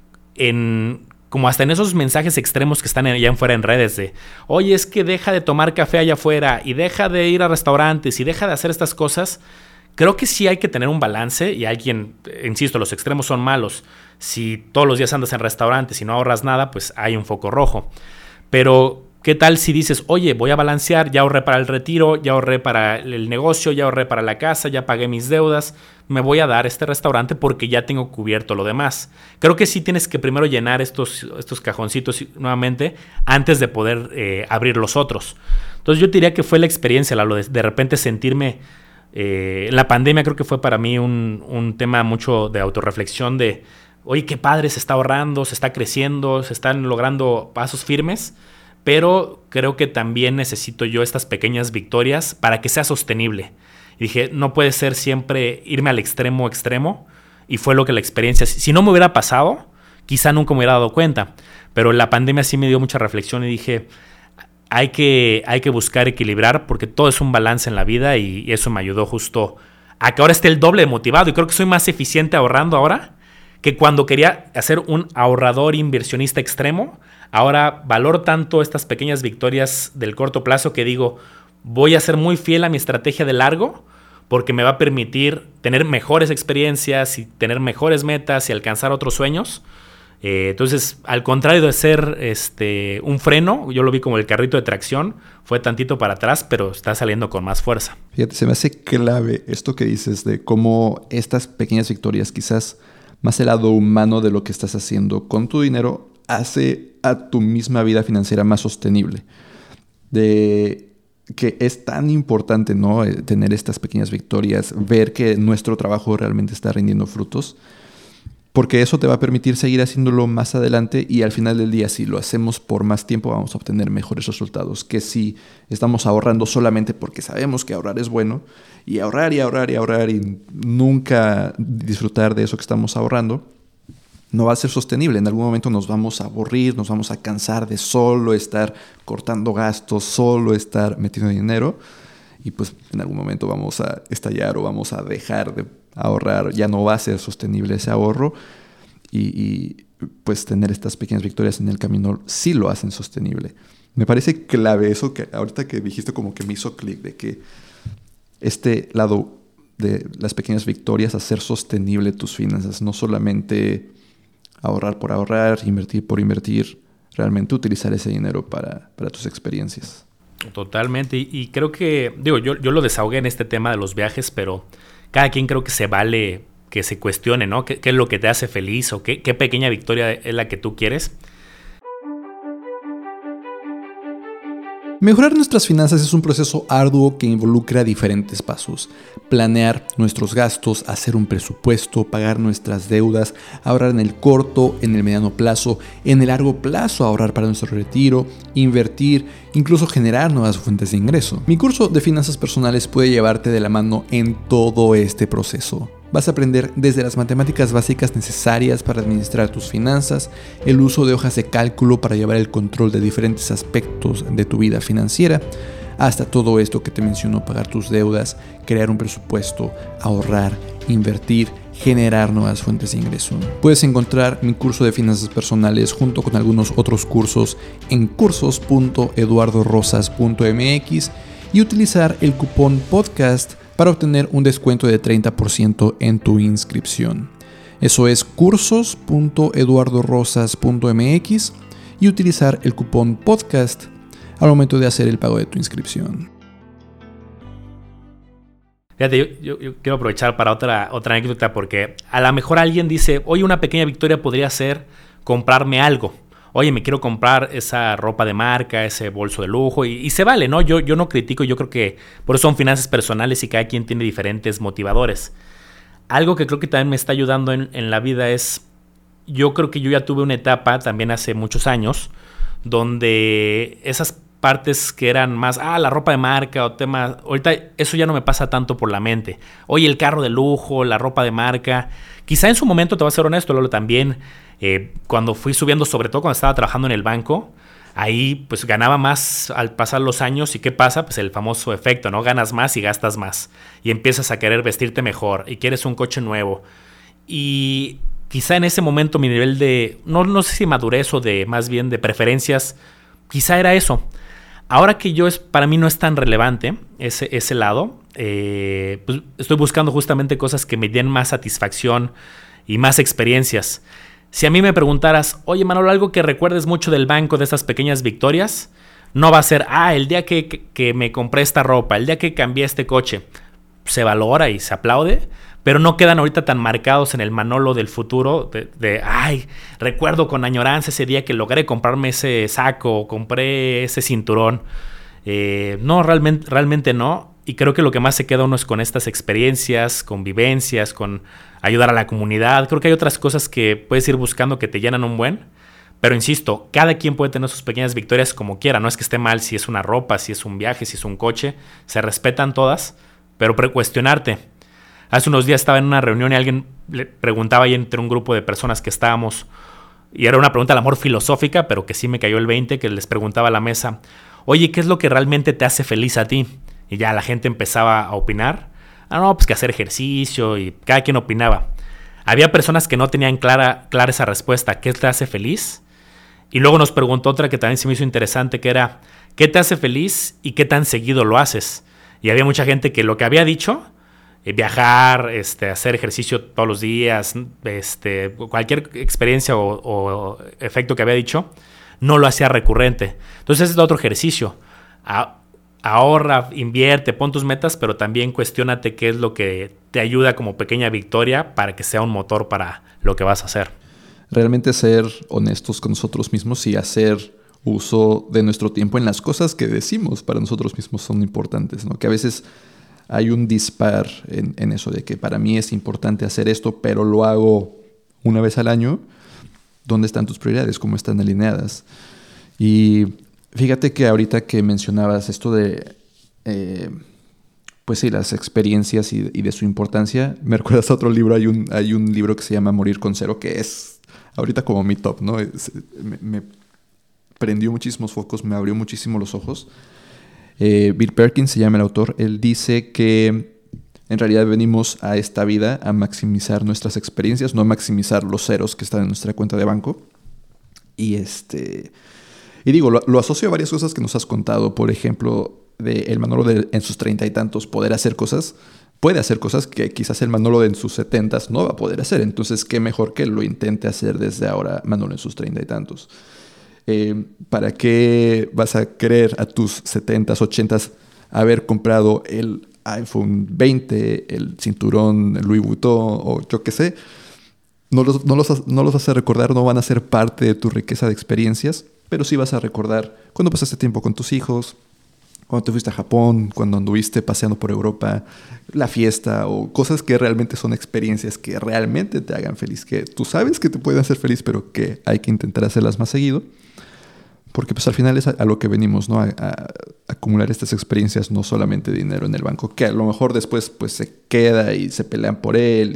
en, como hasta en esos mensajes extremos que están allá afuera en redes de, oye, es que deja de tomar café allá afuera, y deja de ir a restaurantes, y deja de hacer estas cosas. Creo que sí hay que tener un balance, y alguien, insisto, los extremos son malos. Si todos los días andas en restaurantes y no ahorras nada, pues hay un foco rojo. Pero ¿qué tal si dices, oye, voy a balancear, ya ahorré para el retiro, ya ahorré para el negocio, ya ahorré para la casa, ya pagué mis deudas, me voy a dar este restaurante porque ya tengo cubierto lo demás? Creo que sí tienes que primero llenar estos, estos cajoncitos nuevamente antes de poder eh, abrir los otros. Entonces yo diría que fue la experiencia, lo de, de repente sentirme... Eh, la pandemia creo que fue para mí un, un tema mucho de autorreflexión de, oye, qué padre, se está ahorrando, se está creciendo, se están logrando pasos firmes, pero creo que también necesito yo estas pequeñas victorias para que sea sostenible. Y dije, no puede ser siempre irme al extremo extremo, y fue lo que la experiencia, si no me hubiera pasado, quizá nunca me hubiera dado cuenta, pero la pandemia sí me dio mucha reflexión y dije, hay que, hay que buscar equilibrar, porque todo es un balance en la vida, y, y eso me ayudó justo a que ahora esté el doble motivado, y creo que soy más eficiente ahorrando ahora que cuando quería hacer un ahorrador inversionista extremo. Ahora valoro tanto estas pequeñas victorias del corto plazo que digo, voy a ser muy fiel a mi estrategia de largo, porque me va a permitir tener mejores experiencias y tener mejores metas y alcanzar otros sueños. Eh, entonces, al contrario de ser este, un freno, yo lo vi como el carrito de tracción, fue tantito para atrás, pero está saliendo con más fuerza. Fíjate, se me hace clave esto que dices de cómo estas pequeñas victorias, quizás más el lado humano de lo que estás haciendo con tu dinero, hace a tu misma vida financiera más sostenible. De que es tan importante, ¿no?, tener estas pequeñas victorias, ver que nuestro trabajo realmente está rindiendo frutos, porque eso te va a permitir seguir haciéndolo más adelante, y al final del día, si lo hacemos por más tiempo, vamos a obtener mejores resultados que si estamos ahorrando solamente porque sabemos que ahorrar es bueno, y ahorrar y ahorrar y ahorrar y nunca disfrutar de eso que estamos ahorrando. no va a ser sostenible. En algún momento nos vamos a aburrir, nos vamos a cansar de solo estar cortando gastos, solo estar metiendo dinero. Y pues en algún momento vamos a estallar o vamos a dejar de ahorrar. Ya no va a ser sostenible ese ahorro. Y, y pues tener estas pequeñas victorias en el camino sí lo hacen sostenible. Me parece clave eso que ahorita que dijiste como que me hizo clic de que este lado de las pequeñas victorias, hacer sostenible tus finanzas, no solamente ahorrar por ahorrar, invertir por invertir, realmente utilizar ese dinero para, para tus experiencias. Totalmente, y, y creo que, digo, yo, yo lo desahogué en este tema de los viajes, pero cada quien creo que se vale que se cuestione, ¿no? ¿Qué, qué es lo que te hace feliz o qué, qué pequeña victoria es la que tú quieres? Mejorar nuestras finanzas es un proceso arduo que involucra diferentes pasos. Planear nuestros gastos, hacer un presupuesto, pagar nuestras deudas, ahorrar en el corto, en el mediano plazo, en el largo plazo ahorrar para nuestro retiro, invertir, incluso generar nuevas fuentes de ingreso. Mi curso de finanzas personales puede llevarte de la mano en todo este proceso. Vas a aprender desde las matemáticas básicas necesarias para administrar tus finanzas, el uso de hojas de cálculo para llevar el control de diferentes aspectos de tu vida financiera, hasta todo esto que te menciono: pagar tus deudas, crear un presupuesto, ahorrar, invertir, generar nuevas fuentes de ingreso. Puedes encontrar mi curso de finanzas personales junto con algunos otros cursos en cursos punto eduardo rosas punto m x y utilizar el cupón podcast para obtener un descuento de treinta por ciento en tu inscripción. Eso es cursos punto eduardo rosas punto m x y utilizar el cupón podcast al momento de hacer el pago de tu inscripción. Fíjate, yo, yo, yo quiero aprovechar para otra, otra anécdota, porque a lo mejor alguien dice, oye, una pequeña victoria podría ser comprarme algo. Oye, me quiero comprar esa ropa de marca, ese bolso de lujo, y, y se vale, ¿no? Yo, yo no critico, yo creo que por eso son finanzas personales y cada quien tiene diferentes motivadores. Algo que creo que también me está ayudando en, en la vida es, yo creo que yo ya tuve una etapa también hace muchos años, donde esas partes que eran más, ah, la ropa de marca o temas, ahorita eso ya no me pasa tanto por la mente. Oye, el carro de lujo, la ropa de marca, quizá en su momento, te voy a ser honesto, Lolo, también, eh, cuando fui subiendo, sobre todo cuando estaba trabajando en el banco, ahí pues ganaba más al pasar los años. ¿Y qué pasa? Pues el famoso efecto, ¿no? Ganas más y gastas más. Y empiezas a querer vestirte mejor y quieres un coche nuevo. Y quizá en ese momento mi nivel de, no, no sé si madurez o de más bien de preferencias, quizá era eso. Ahora que yo es, para mí no es tan relevante ese, ese lado, eh, pues estoy buscando justamente cosas que me den más satisfacción y más experiencias. Si a mí me preguntaras, oye Manolo, algo que recuerdes mucho del banco, de estas pequeñas victorias, no va a ser, ah, el día que, que, que me compré esta ropa, el día que cambié este coche. Se valora y se aplaude, pero no quedan ahorita tan marcados en el Manolo del futuro de, de ay, recuerdo con añoranza ese día que logré comprarme ese saco, compré ese cinturón. Eh, no, realmente, realmente no. Y creo que lo que más se queda uno es con estas experiencias, con vivencias, con ayudar a la comunidad. Creo que hay otras cosas que puedes ir buscando que te llenan un buen. Pero insisto, cada quien puede tener sus pequeñas victorias como quiera. No es que esté mal si es una ropa, si es un viaje, si es un coche. Se respetan todas, pero cuestionarte. Hace unos días estaba en una reunión y alguien le preguntaba ahí entre un grupo de personas que estábamos, y era una pregunta a lo mejor filosófica, pero que sí me cayó el veinte, que les preguntaba a la mesa, oye, ¿qué es lo que realmente te hace feliz a ti? Y ya la gente empezaba a opinar. Ah, no, pues que hacer ejercicio, y cada quien opinaba. Había personas que no tenían clara, clara esa respuesta, ¿qué te hace feliz? Y luego nos preguntó otra que también se me hizo interesante, que era, ¿qué te hace feliz y qué tan seguido lo haces? Y había mucha gente que lo que había dicho, eh, viajar, este, hacer ejercicio todos los días, este, cualquier experiencia o, o efecto que había dicho, no lo hacía recurrente. Entonces ese es otro ejercicio. A, ahorra, invierte, pon tus metas, pero también cuestiónate qué es lo que te ayuda como pequeña victoria para que sea un motor para lo que vas a hacer. Realmente ser honestos con nosotros mismos y hacer uso de nuestro tiempo en las cosas que decimos para nosotros mismos son importantes, ¿no? Que a veces hay un dispar en, en eso de que para mí es importante hacer esto, pero lo hago una vez al año. ¿Dónde están tus prioridades? ¿Cómo están alineadas? Y fíjate que ahorita que mencionabas esto de, eh, pues sí, las experiencias y, y de su importancia, me recuerdas a otro libro. Hay un, hay un libro que se llama Morir con Cero, que es ahorita como mi top, ¿no? Es, me, me prendió muchísimos focos, me abrió muchísimo los ojos. Eh, Bill Perkins se llama el autor. Él dice que en realidad venimos a esta vida a maximizar nuestras experiencias, no a maximizar los ceros que están en nuestra cuenta de banco. Y este y digo, lo, lo asocio a varias cosas que nos has contado. Por ejemplo, de el Manolo de en sus treinta y tantos poder hacer cosas. Puede hacer cosas que quizás el Manolo de en sus setentas no va a poder hacer. Entonces, qué mejor que lo intente hacer desde ahora Manolo en sus treinta y tantos. Eh, ¿Para qué vas a querer a tus setentas, ochentas haber comprado el iPhone veinte, el cinturón el Louis Vuitton o yo qué sé? No los, no, los, no los vas a recordar, no van a ser parte de tu riqueza de experiencias, pero sí vas a recordar cuando pasaste tiempo con tus hijos, cuando te fuiste a Japón, cuando anduviste paseando por Europa, la fiesta o cosas que realmente son experiencias que realmente te hagan feliz, que tú sabes que te pueden hacer feliz, pero que hay que intentar hacerlas más seguido. Porque pues al final es a, a lo que venimos, ¿no? A, a, a acumular estas experiencias, no solamente dinero en el banco, que a lo mejor después pues se queda y se pelean por él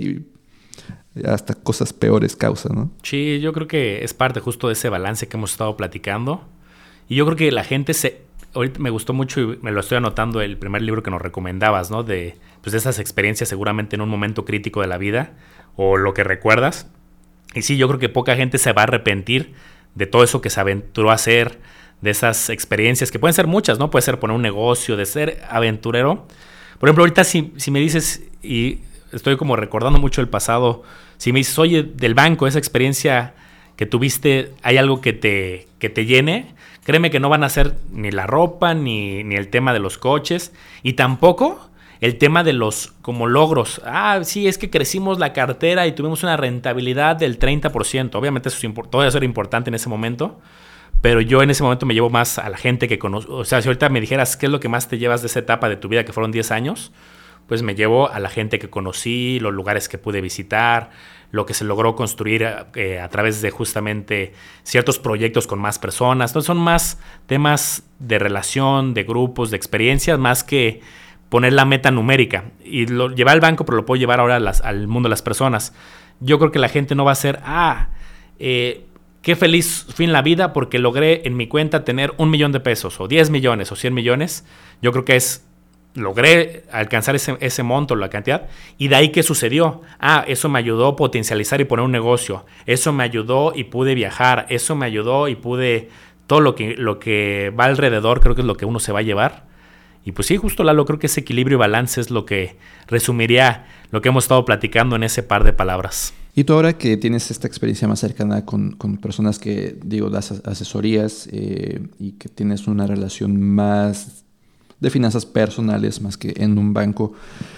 y hasta cosas peores causan, ¿no? Sí, yo creo que es parte justo de ese balance que hemos estado platicando. Y yo creo que la gente se... Ahorita me gustó mucho y me lo estoy anotando el primer libro que nos recomendabas, ¿no? De, pues, de esas experiencias seguramente en un momento crítico de la vida o lo que recuerdas. Y sí, yo creo que poca gente se va a arrepentir de todo eso que se aventuró a hacer, de esas experiencias, que pueden ser muchas, ¿no? Puede ser poner un negocio, de ser aventurero. Por ejemplo, ahorita si, si me dices, y estoy como recordando mucho el pasado, si me dices, oye, del banco, esa experiencia que tuviste, ¿hay algo que te, que te llene? Créeme que no van a ser ni la ropa, ni, ni el tema de los coches, y tampoco el tema de los como logros. Ah, sí, es que crecimos la cartera y tuvimos una rentabilidad del treinta por ciento. Obviamente eso es import- todo eso era importante en ese momento, pero yo en ese momento me llevo más a la gente que conozco. O sea, si ahorita me dijeras qué es lo que más te llevas de esa etapa de tu vida, que fueron diez años, pues me llevo a la gente que conocí, los lugares que pude visitar, lo que se logró construir eh, a través de justamente ciertos proyectos con más personas. Entonces son más temas de relación, de grupos, de experiencias, más que poner la meta numérica. Y lo llevar al banco, pero lo puedo llevar ahora a las, al mundo de las personas. Yo creo que la gente no va a ser, ah, eh, qué feliz fui en la vida porque logré en mi cuenta tener un millón de pesos, o diez millones, o cien millones. Yo creo que es... logré alcanzar ese, ese monto, la cantidad, y de ahí ¿qué sucedió? Ah, eso me ayudó a potencializar y poner un negocio, eso me ayudó y pude viajar, eso me ayudó y pude, todo lo que, lo que va alrededor creo que es lo que uno se va a llevar. Y pues sí, justo Lalo, creo que ese equilibrio y balance es lo que resumiría lo que hemos estado platicando en ese par de palabras. Y tú ahora que tienes esta experiencia más cercana con, con personas que, digo, das asesorías eh, y que tienes una relación más de finanzas personales más que en un banco,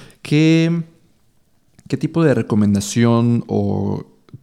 ¿qué, qué tipo de recomendación o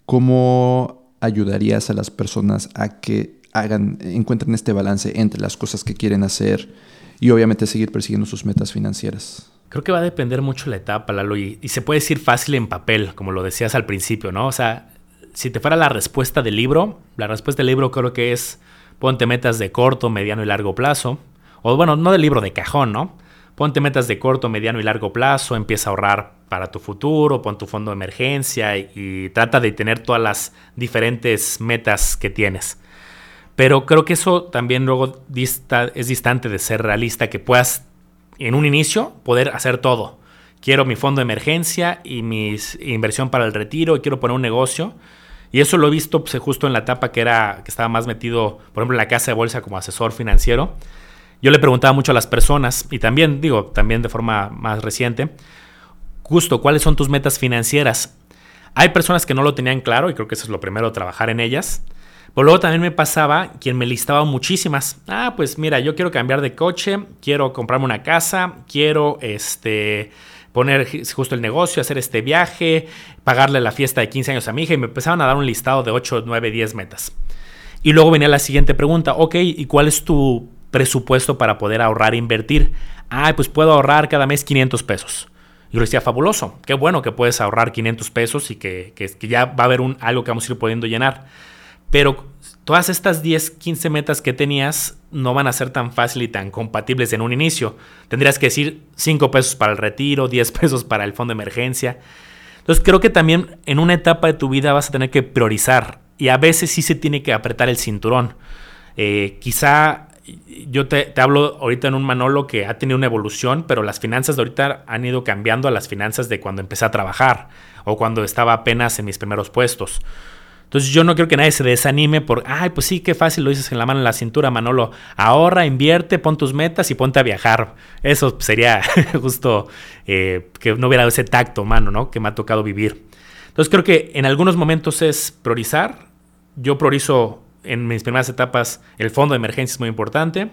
cómo ayudarías a las personas a que hagan, encuentren este balance entre las cosas que quieren hacer y obviamente seguir persiguiendo sus metas financieras? Creo que va a depender mucho la etapa, Lalo, y, y se puede decir fácil en papel, como lo decías al principio, ¿no? O sea, si te fuera la respuesta del libro, la respuesta del libro creo que es ponte metas de corto, mediano y largo plazo. O bueno, no del libro de cajón, ¿no? Ponte metas de corto, mediano y largo plazo, empieza a ahorrar para tu futuro, pon tu fondo de emergencia y, y trata de tener todas las diferentes metas que tienes. Pero creo que eso también luego dista, es distante de ser realista, que puedas en un inicio poder hacer todo. Quiero mi fondo de emergencia y mi inversión para el retiro y quiero poner un negocio. Y eso lo he visto pues, justo en la etapa que, era, que estaba más metido, por ejemplo, en la casa de bolsa como asesor financiero. Yo le preguntaba mucho a las personas, y también, digo, también de forma más reciente, justo, ¿cuáles son tus metas financieras? Hay personas que no lo tenían claro, y creo que eso es lo primero, trabajar en ellas. Pero luego también me pasaba quien me listaba muchísimas. Ah, pues mira, yo quiero cambiar de coche, quiero comprarme una casa, quiero este, poner justo el negocio, hacer este viaje, pagarle la fiesta de quince años a mi hija, y me empezaban a dar un listado de ocho, nueve, diez metas. Y luego venía la siguiente pregunta, ok, ¿y cuál es tu presupuesto para poder ahorrar e invertir? Ah, pues puedo ahorrar cada mes quinientos pesos. Yo le decía, fabuloso, qué bueno que puedes ahorrar quinientos pesos y que, que, que ya va a haber un, algo que vamos a ir pudiendo llenar. Pero todas estas diez, quince metas que tenías no van a ser tan fácil y tan compatibles en un inicio. Tendrías que decir cinco pesos para el retiro, diez pesos para el fondo de emergencia. Entonces creo que también en una etapa de tu vida vas a tener que priorizar y a veces sí se tiene que apretar el cinturón. Eh, quizá yo te, te hablo ahorita en un Manolo que ha tenido una evolución, pero las finanzas de ahorita han ido cambiando a las finanzas de cuando empecé a trabajar o cuando estaba apenas en mis primeros puestos. Entonces yo no creo que nadie se desanime por, ay, pues sí, qué fácil lo dices en la mano en la cintura, Manolo. Ahorra, invierte, pon tus metas y ponte a viajar. Eso sería justo eh, que no hubiera ese tacto humano, ¿no? Que me ha tocado vivir. Entonces creo que en algunos momentos es priorizar. Yo priorizo en mis primeras etapas el fondo de emergencia es muy importante.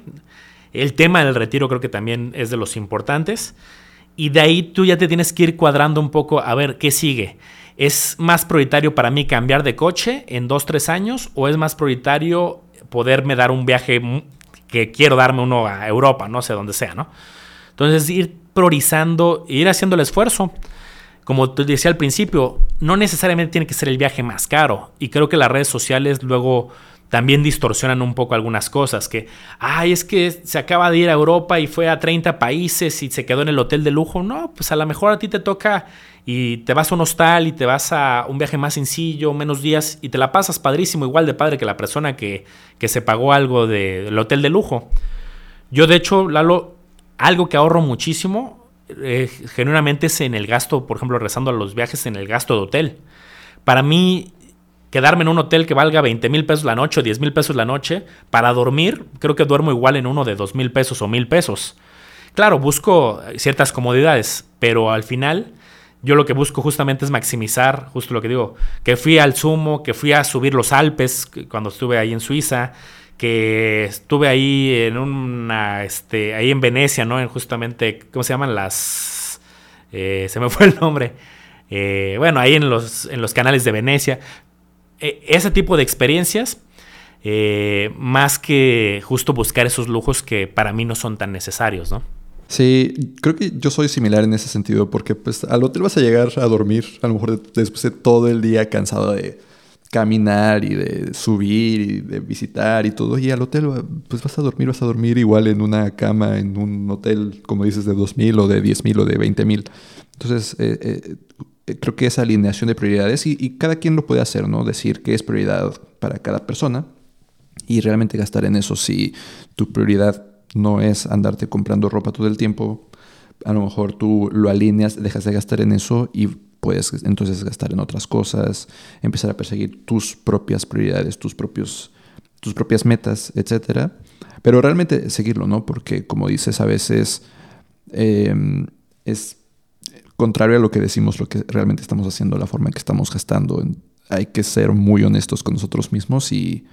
El tema del retiro creo que también es de los importantes. Y de ahí tú ya te tienes que ir cuadrando un poco a ver qué sigue. ¿Es más prioritario para mí cambiar de coche en dos, tres años? ¿O es más prioritario poderme dar un viaje que quiero darme uno a Europa, no sé, donde sea, ¿no? Entonces ir priorizando, ir haciendo el esfuerzo. Como te decía al principio, no necesariamente tiene que ser el viaje más caro. Y creo que las redes sociales luego también distorsionan un poco algunas cosas. Que, ay, es que se acaba de ir a Europa y fue a treinta países y se quedó en el hotel de lujo. No, pues a lo mejor a ti te toca y te vas a un hostal y te vas a un viaje más sencillo, menos días, y te la pasas padrísimo, igual de padre que la persona que, que se pagó algo de, del hotel de lujo. Yo, de hecho, Lalo, algo que ahorro muchísimo, eh, genuinamente es en el gasto, por ejemplo, regresando a los viajes, en el gasto de hotel. Para mí, quedarme en un hotel que valga veinte mil pesos la noche o diez mil pesos la noche, para dormir, creo que duermo igual en uno de dos mil pesos o mil pesos. Claro, busco ciertas comodidades, pero al final yo lo que busco justamente es maximizar, justo lo que digo, que fui al Sumo, que fui a subir los Alpes cuando estuve ahí en Suiza, que estuve ahí en una, este, ahí en Venecia, ¿no? En justamente, ¿cómo se llaman las? Eh, se me fue el nombre. Eh, bueno, ahí en los, en los canales de Venecia. Eh, ese tipo de experiencias, eh, más que justo buscar esos lujos que para mí no son tan necesarios, ¿no? Sí, creo que yo soy similar en ese sentido porque pues al hotel vas a llegar a dormir a lo mejor de, después de todo el día cansado de caminar y de subir y de visitar y todo, y al hotel pues vas a dormir, vas a dormir igual en una cama, en un hotel como dices de dos mil o de diez mil o de veinte mil. Entonces eh, eh, creo que esa alineación de prioridades y, y cada quien lo puede hacer, ¿no? Decir qué es prioridad para cada persona y realmente gastar en eso. Si tu prioridad no es andarte comprando ropa todo el tiempo, a lo mejor tú lo alineas, dejas de gastar en eso y puedes entonces gastar en otras cosas, empezar a perseguir tus propias prioridades, tus propios, tus propias metas, etcétera. Pero realmente seguirlo, ¿no? Porque como dices, a veces eh, es contrario a lo que decimos, lo que realmente estamos haciendo, la forma en que estamos gastando. Hay que ser muy honestos con nosotros mismos y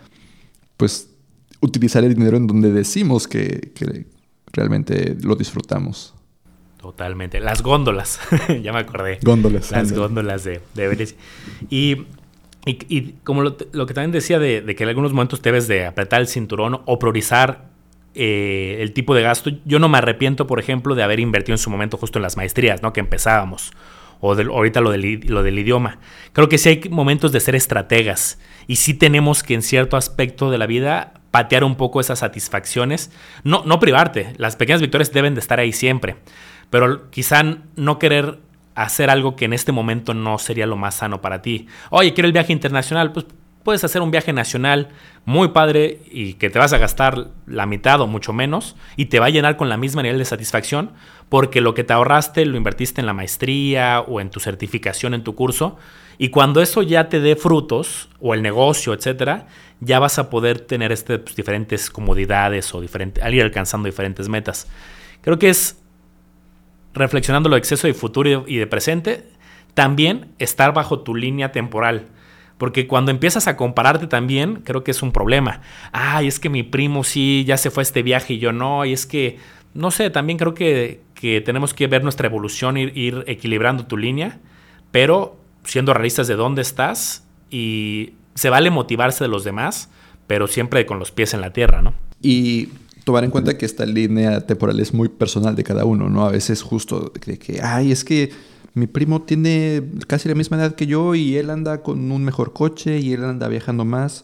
pues utilizar el dinero en donde decimos que, que realmente lo disfrutamos. Totalmente. Las góndolas. Ya me acordé. Góndolas. Las ándale. góndolas de, de Venecia. Y, y, y como lo, lo que también decía de, de que en algunos momentos debes de apretar el cinturón o priorizar eh, el tipo de gasto. Yo no me arrepiento, por ejemplo, de haber invertido en su momento justo en las maestrías, ¿no? Que empezábamos. O de, ahorita lo del, lo del idioma. Creo que sí hay momentos de ser estrategas. Y sí tenemos que en cierto aspecto de la vida patear un poco esas satisfacciones. No, no privarte. Las pequeñas victorias deben de estar ahí siempre. Pero quizá no querer hacer algo que en este momento no sería lo más sano para ti. Oye, quiero el viaje internacional. Pues puedes hacer un viaje nacional muy padre y que te vas a gastar la mitad o mucho menos y te va a llenar con la misma nivel de satisfacción porque lo que te ahorraste lo invertiste en la maestría o en tu certificación en tu curso, y cuando eso ya te dé frutos o el negocio, etcétera, ya vas a poder tener este, pues, diferentes comodidades o diferente, al ir alcanzando diferentes metas. Creo que es, reflexionando lo exceso de futuro y de presente, también estar bajo tu línea temporal. Porque cuando empiezas a compararte también, creo que es un problema. Ay, es que mi primo sí, ya se fue a este viaje y yo no. Y es que, no sé, también creo que, que tenemos que ver nuestra evolución, ir, ir equilibrando tu línea, pero siendo realistas de dónde estás, y se vale motivarse de los demás, pero siempre con los pies en la tierra, ¿no? Y tomar en cuenta que esta línea temporal es muy personal de cada uno, ¿no? A veces justo de que, ay, es que mi primo tiene casi la misma edad que yo y él anda con un mejor coche y él anda viajando más.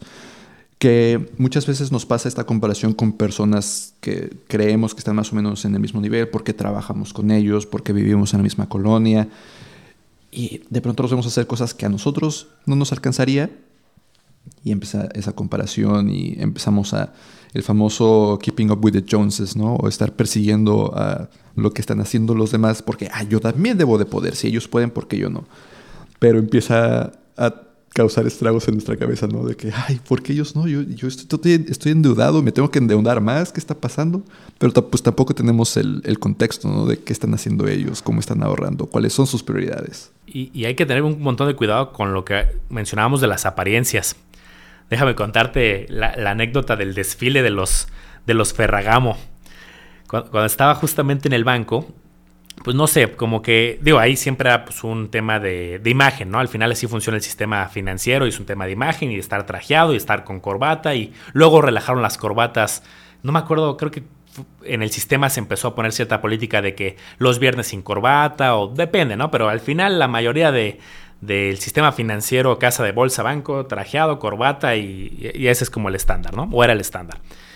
Que muchas veces nos pasa esta comparación con personas que creemos que están más o menos en el mismo nivel porque trabajamos con ellos, porque vivimos en la misma colonia. Y de pronto nos vamos a hacer cosas que a nosotros no nos alcanzaría Y empieza esa comparación y empezamos a el famoso keeping up with the Joneses, ¿no? O estar persiguiendo a lo que están haciendo los demás porque, ah, yo también debo de poder. Si ellos pueden, ¿por qué yo no? Pero empieza a causar estragos en nuestra cabeza, ¿no? De que, ay, ¿por qué ellos no? Yo, yo estoy, estoy endeudado, me tengo que endeudar más, ¿qué está pasando? Pero pues tampoco tenemos el, el contexto, ¿no? De qué están haciendo ellos, cómo están ahorrando, cuáles son sus prioridades. Y, y hay que tener un montón de cuidado con lo que mencionábamos de las apariencias. Déjame contarte la, la anécdota del desfile de los, de los Ferragamo. Cuando, cuando estaba justamente en el banco, pues no sé, como que, digo, ahí siempre era pues un tema de, de imagen, ¿no? Al final así funciona el sistema financiero, y es un tema de imagen y de estar trajeado y estar con corbata, y luego relajaron las corbatas. No me acuerdo, creo que en el sistema se empezó a poner cierta política de que los viernes sin corbata, o depende, ¿no? Pero al final la mayoría de del sistema financiero, casa de bolsa, banco, trajeado, corbata, y, y ese es como el estándar, ¿no? O era el estándar.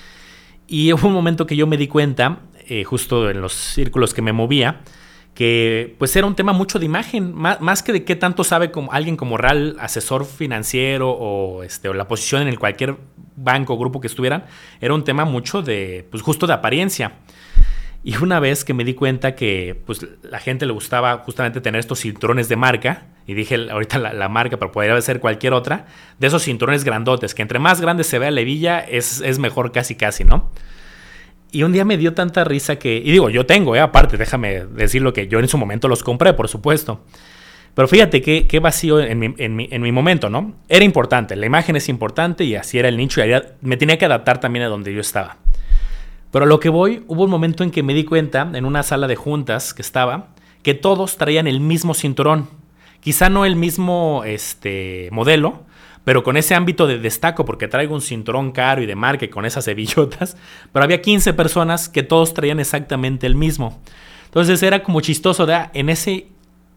Y hubo un momento que yo me di cuenta, eh, justo en los círculos que me movía, que pues era un tema mucho de imagen, más, más que de qué tanto sabe como alguien como real asesor financiero o, este, o la posición en el cualquier banco o grupo que estuvieran, era un tema mucho de, pues justo de apariencia. Y una vez que me di cuenta que pues la gente le gustaba justamente tener estos cinturones de marca, y dije ahorita la, la marca, pero podría ser cualquier otra, de esos cinturones grandotes, que entre más grande se vea la hebilla, es, es mejor casi casi, ¿no? Y un día me dio tanta risa que, y digo, yo tengo, eh, aparte, déjame decirlo que yo en su momento los compré, por supuesto. Pero fíjate qué, qué vacío en mi, en, mi, en mi momento, ¿no? Era importante, la imagen es importante y así era el nicho, y había, me tenía que adaptar también a donde yo estaba. Pero a lo que voy, hubo un momento en que me di cuenta, en una sala de juntas que estaba, que todos traían el mismo cinturón. Quizá no el mismo este, modelo, pero con ese ámbito de destaco, porque traigo un cinturón caro y de marca y con esas hebillotas. Pero había quince personas que todos traían exactamente el mismo. Entonces era como chistoso, ¿verdad? En ese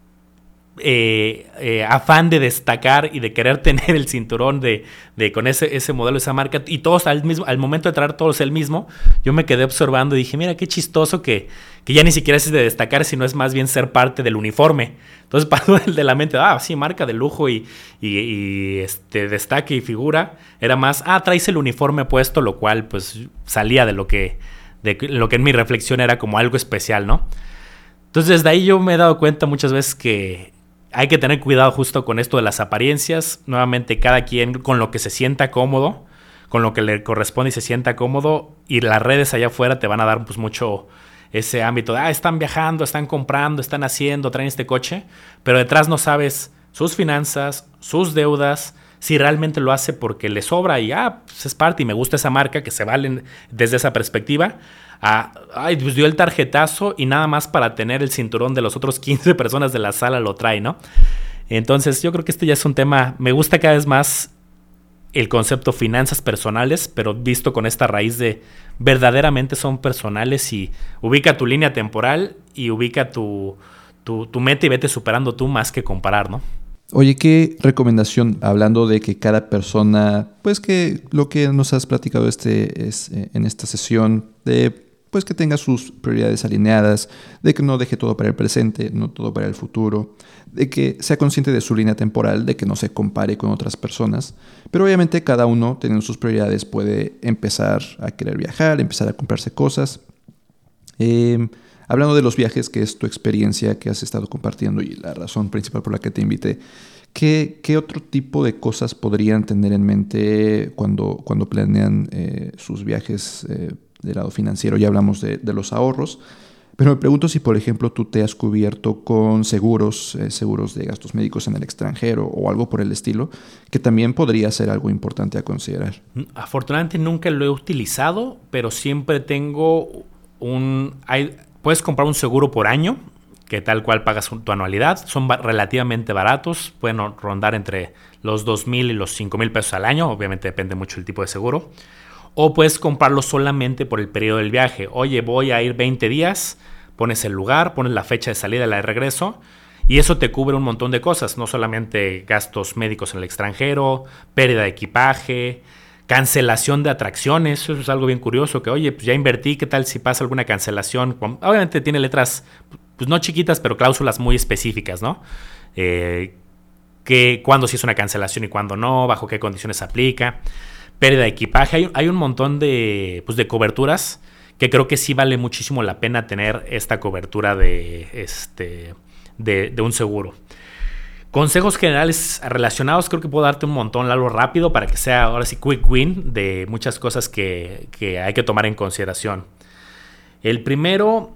eh, eh, afán de destacar y de querer tener el cinturón de, de con ese, ese modelo, esa marca, y todos al mismo, al momento de traer todos el mismo, yo me quedé observando y dije, mira qué chistoso que, que ya ni siquiera es de destacar, sino es más bien ser parte del uniforme. Entonces pasó el de la mente, ah, sí, marca de lujo y, y, y este destaque y figura, era más, ah, traes el uniforme puesto, lo cual pues salía de lo que, de lo que en mi reflexión era como algo especial, ¿no? Entonces desde ahí yo me he dado cuenta muchas veces que hay que tener cuidado justo con esto de las apariencias. Nuevamente, cada quien con lo que se sienta cómodo, con lo que le corresponde y se sienta cómodo, y las redes allá afuera te van a dar pues mucho ese ámbito de, ah, están viajando, están comprando, están haciendo, traen este coche, pero detrás no sabes sus finanzas, sus deudas, si realmente lo hace porque le sobra y, ah, pues es parte y me gusta esa marca, que se valen desde esa perspectiva. Ah, ay, pues dio el tarjetazo y nada más para tener el cinturón de los otros quince personas de la sala lo trae, ¿no? Entonces yo creo que este ya es un tema, me gusta cada vez más el concepto finanzas personales, pero visto con esta raíz de verdaderamente son personales, y ubica tu línea temporal y ubica tu, tu, tu meta y vete superando tú más que comparar, ¿no? Oye, ¿qué recomendación, hablando de que cada persona, pues que lo que nos has platicado este es eh, en esta sesión, de pues que tenga sus prioridades alineadas, de que no deje todo para el presente, no todo para el futuro, de que sea consciente de su línea temporal, de que no se compare con otras personas, pero obviamente cada uno teniendo sus prioridades puede empezar a querer viajar, empezar a comprarse cosas. Eh, hablando de los viajes, que es tu experiencia que has estado compartiendo y la razón principal por la que te invité, ¿qué, qué otro tipo de cosas podrían tener en mente cuando, cuando planean eh, sus viajes eh, del lado financiero? Ya hablamos de, de los ahorros, pero me pregunto si, por ejemplo, tú te has cubierto con seguros, eh, seguros de gastos médicos en el extranjero o algo por el estilo, que también podría ser algo importante a considerar. Afortunadamente nunca lo he utilizado, pero siempre tengo un... Hay, puedes comprar un seguro por año, que tal cual pagas tu anualidad. Son ba- relativamente baratos, pueden rondar entre los dos mil y los cinco mil pesos al año, obviamente depende mucho del tipo de seguro. O puedes comprarlo solamente por el periodo del viaje. Oye, voy a ir veinte días, pones el lugar, pones la fecha de salida y la de regreso, y eso te cubre un montón de cosas, no solamente gastos médicos en el extranjero, pérdida de equipaje, cancelación de atracciones. Eso es algo bien curioso, que oye, pues ya invertí, ¿qué tal si pasa alguna cancelación? Obviamente tiene letras, pues no chiquitas, pero cláusulas muy específicas, ¿no? Eh, que, cuándo sí es una cancelación y cuándo no, bajo qué condiciones se aplica, pérdida de equipaje. Hay, hay un montón de, pues, de coberturas que creo que sí vale muchísimo la pena tener esta cobertura de, este, de, de un seguro. Consejos generales relacionados, creo que puedo darte un montón, algo rápido, para que sea ahora sí quick win de muchas cosas que, que hay que tomar en consideración. El primero,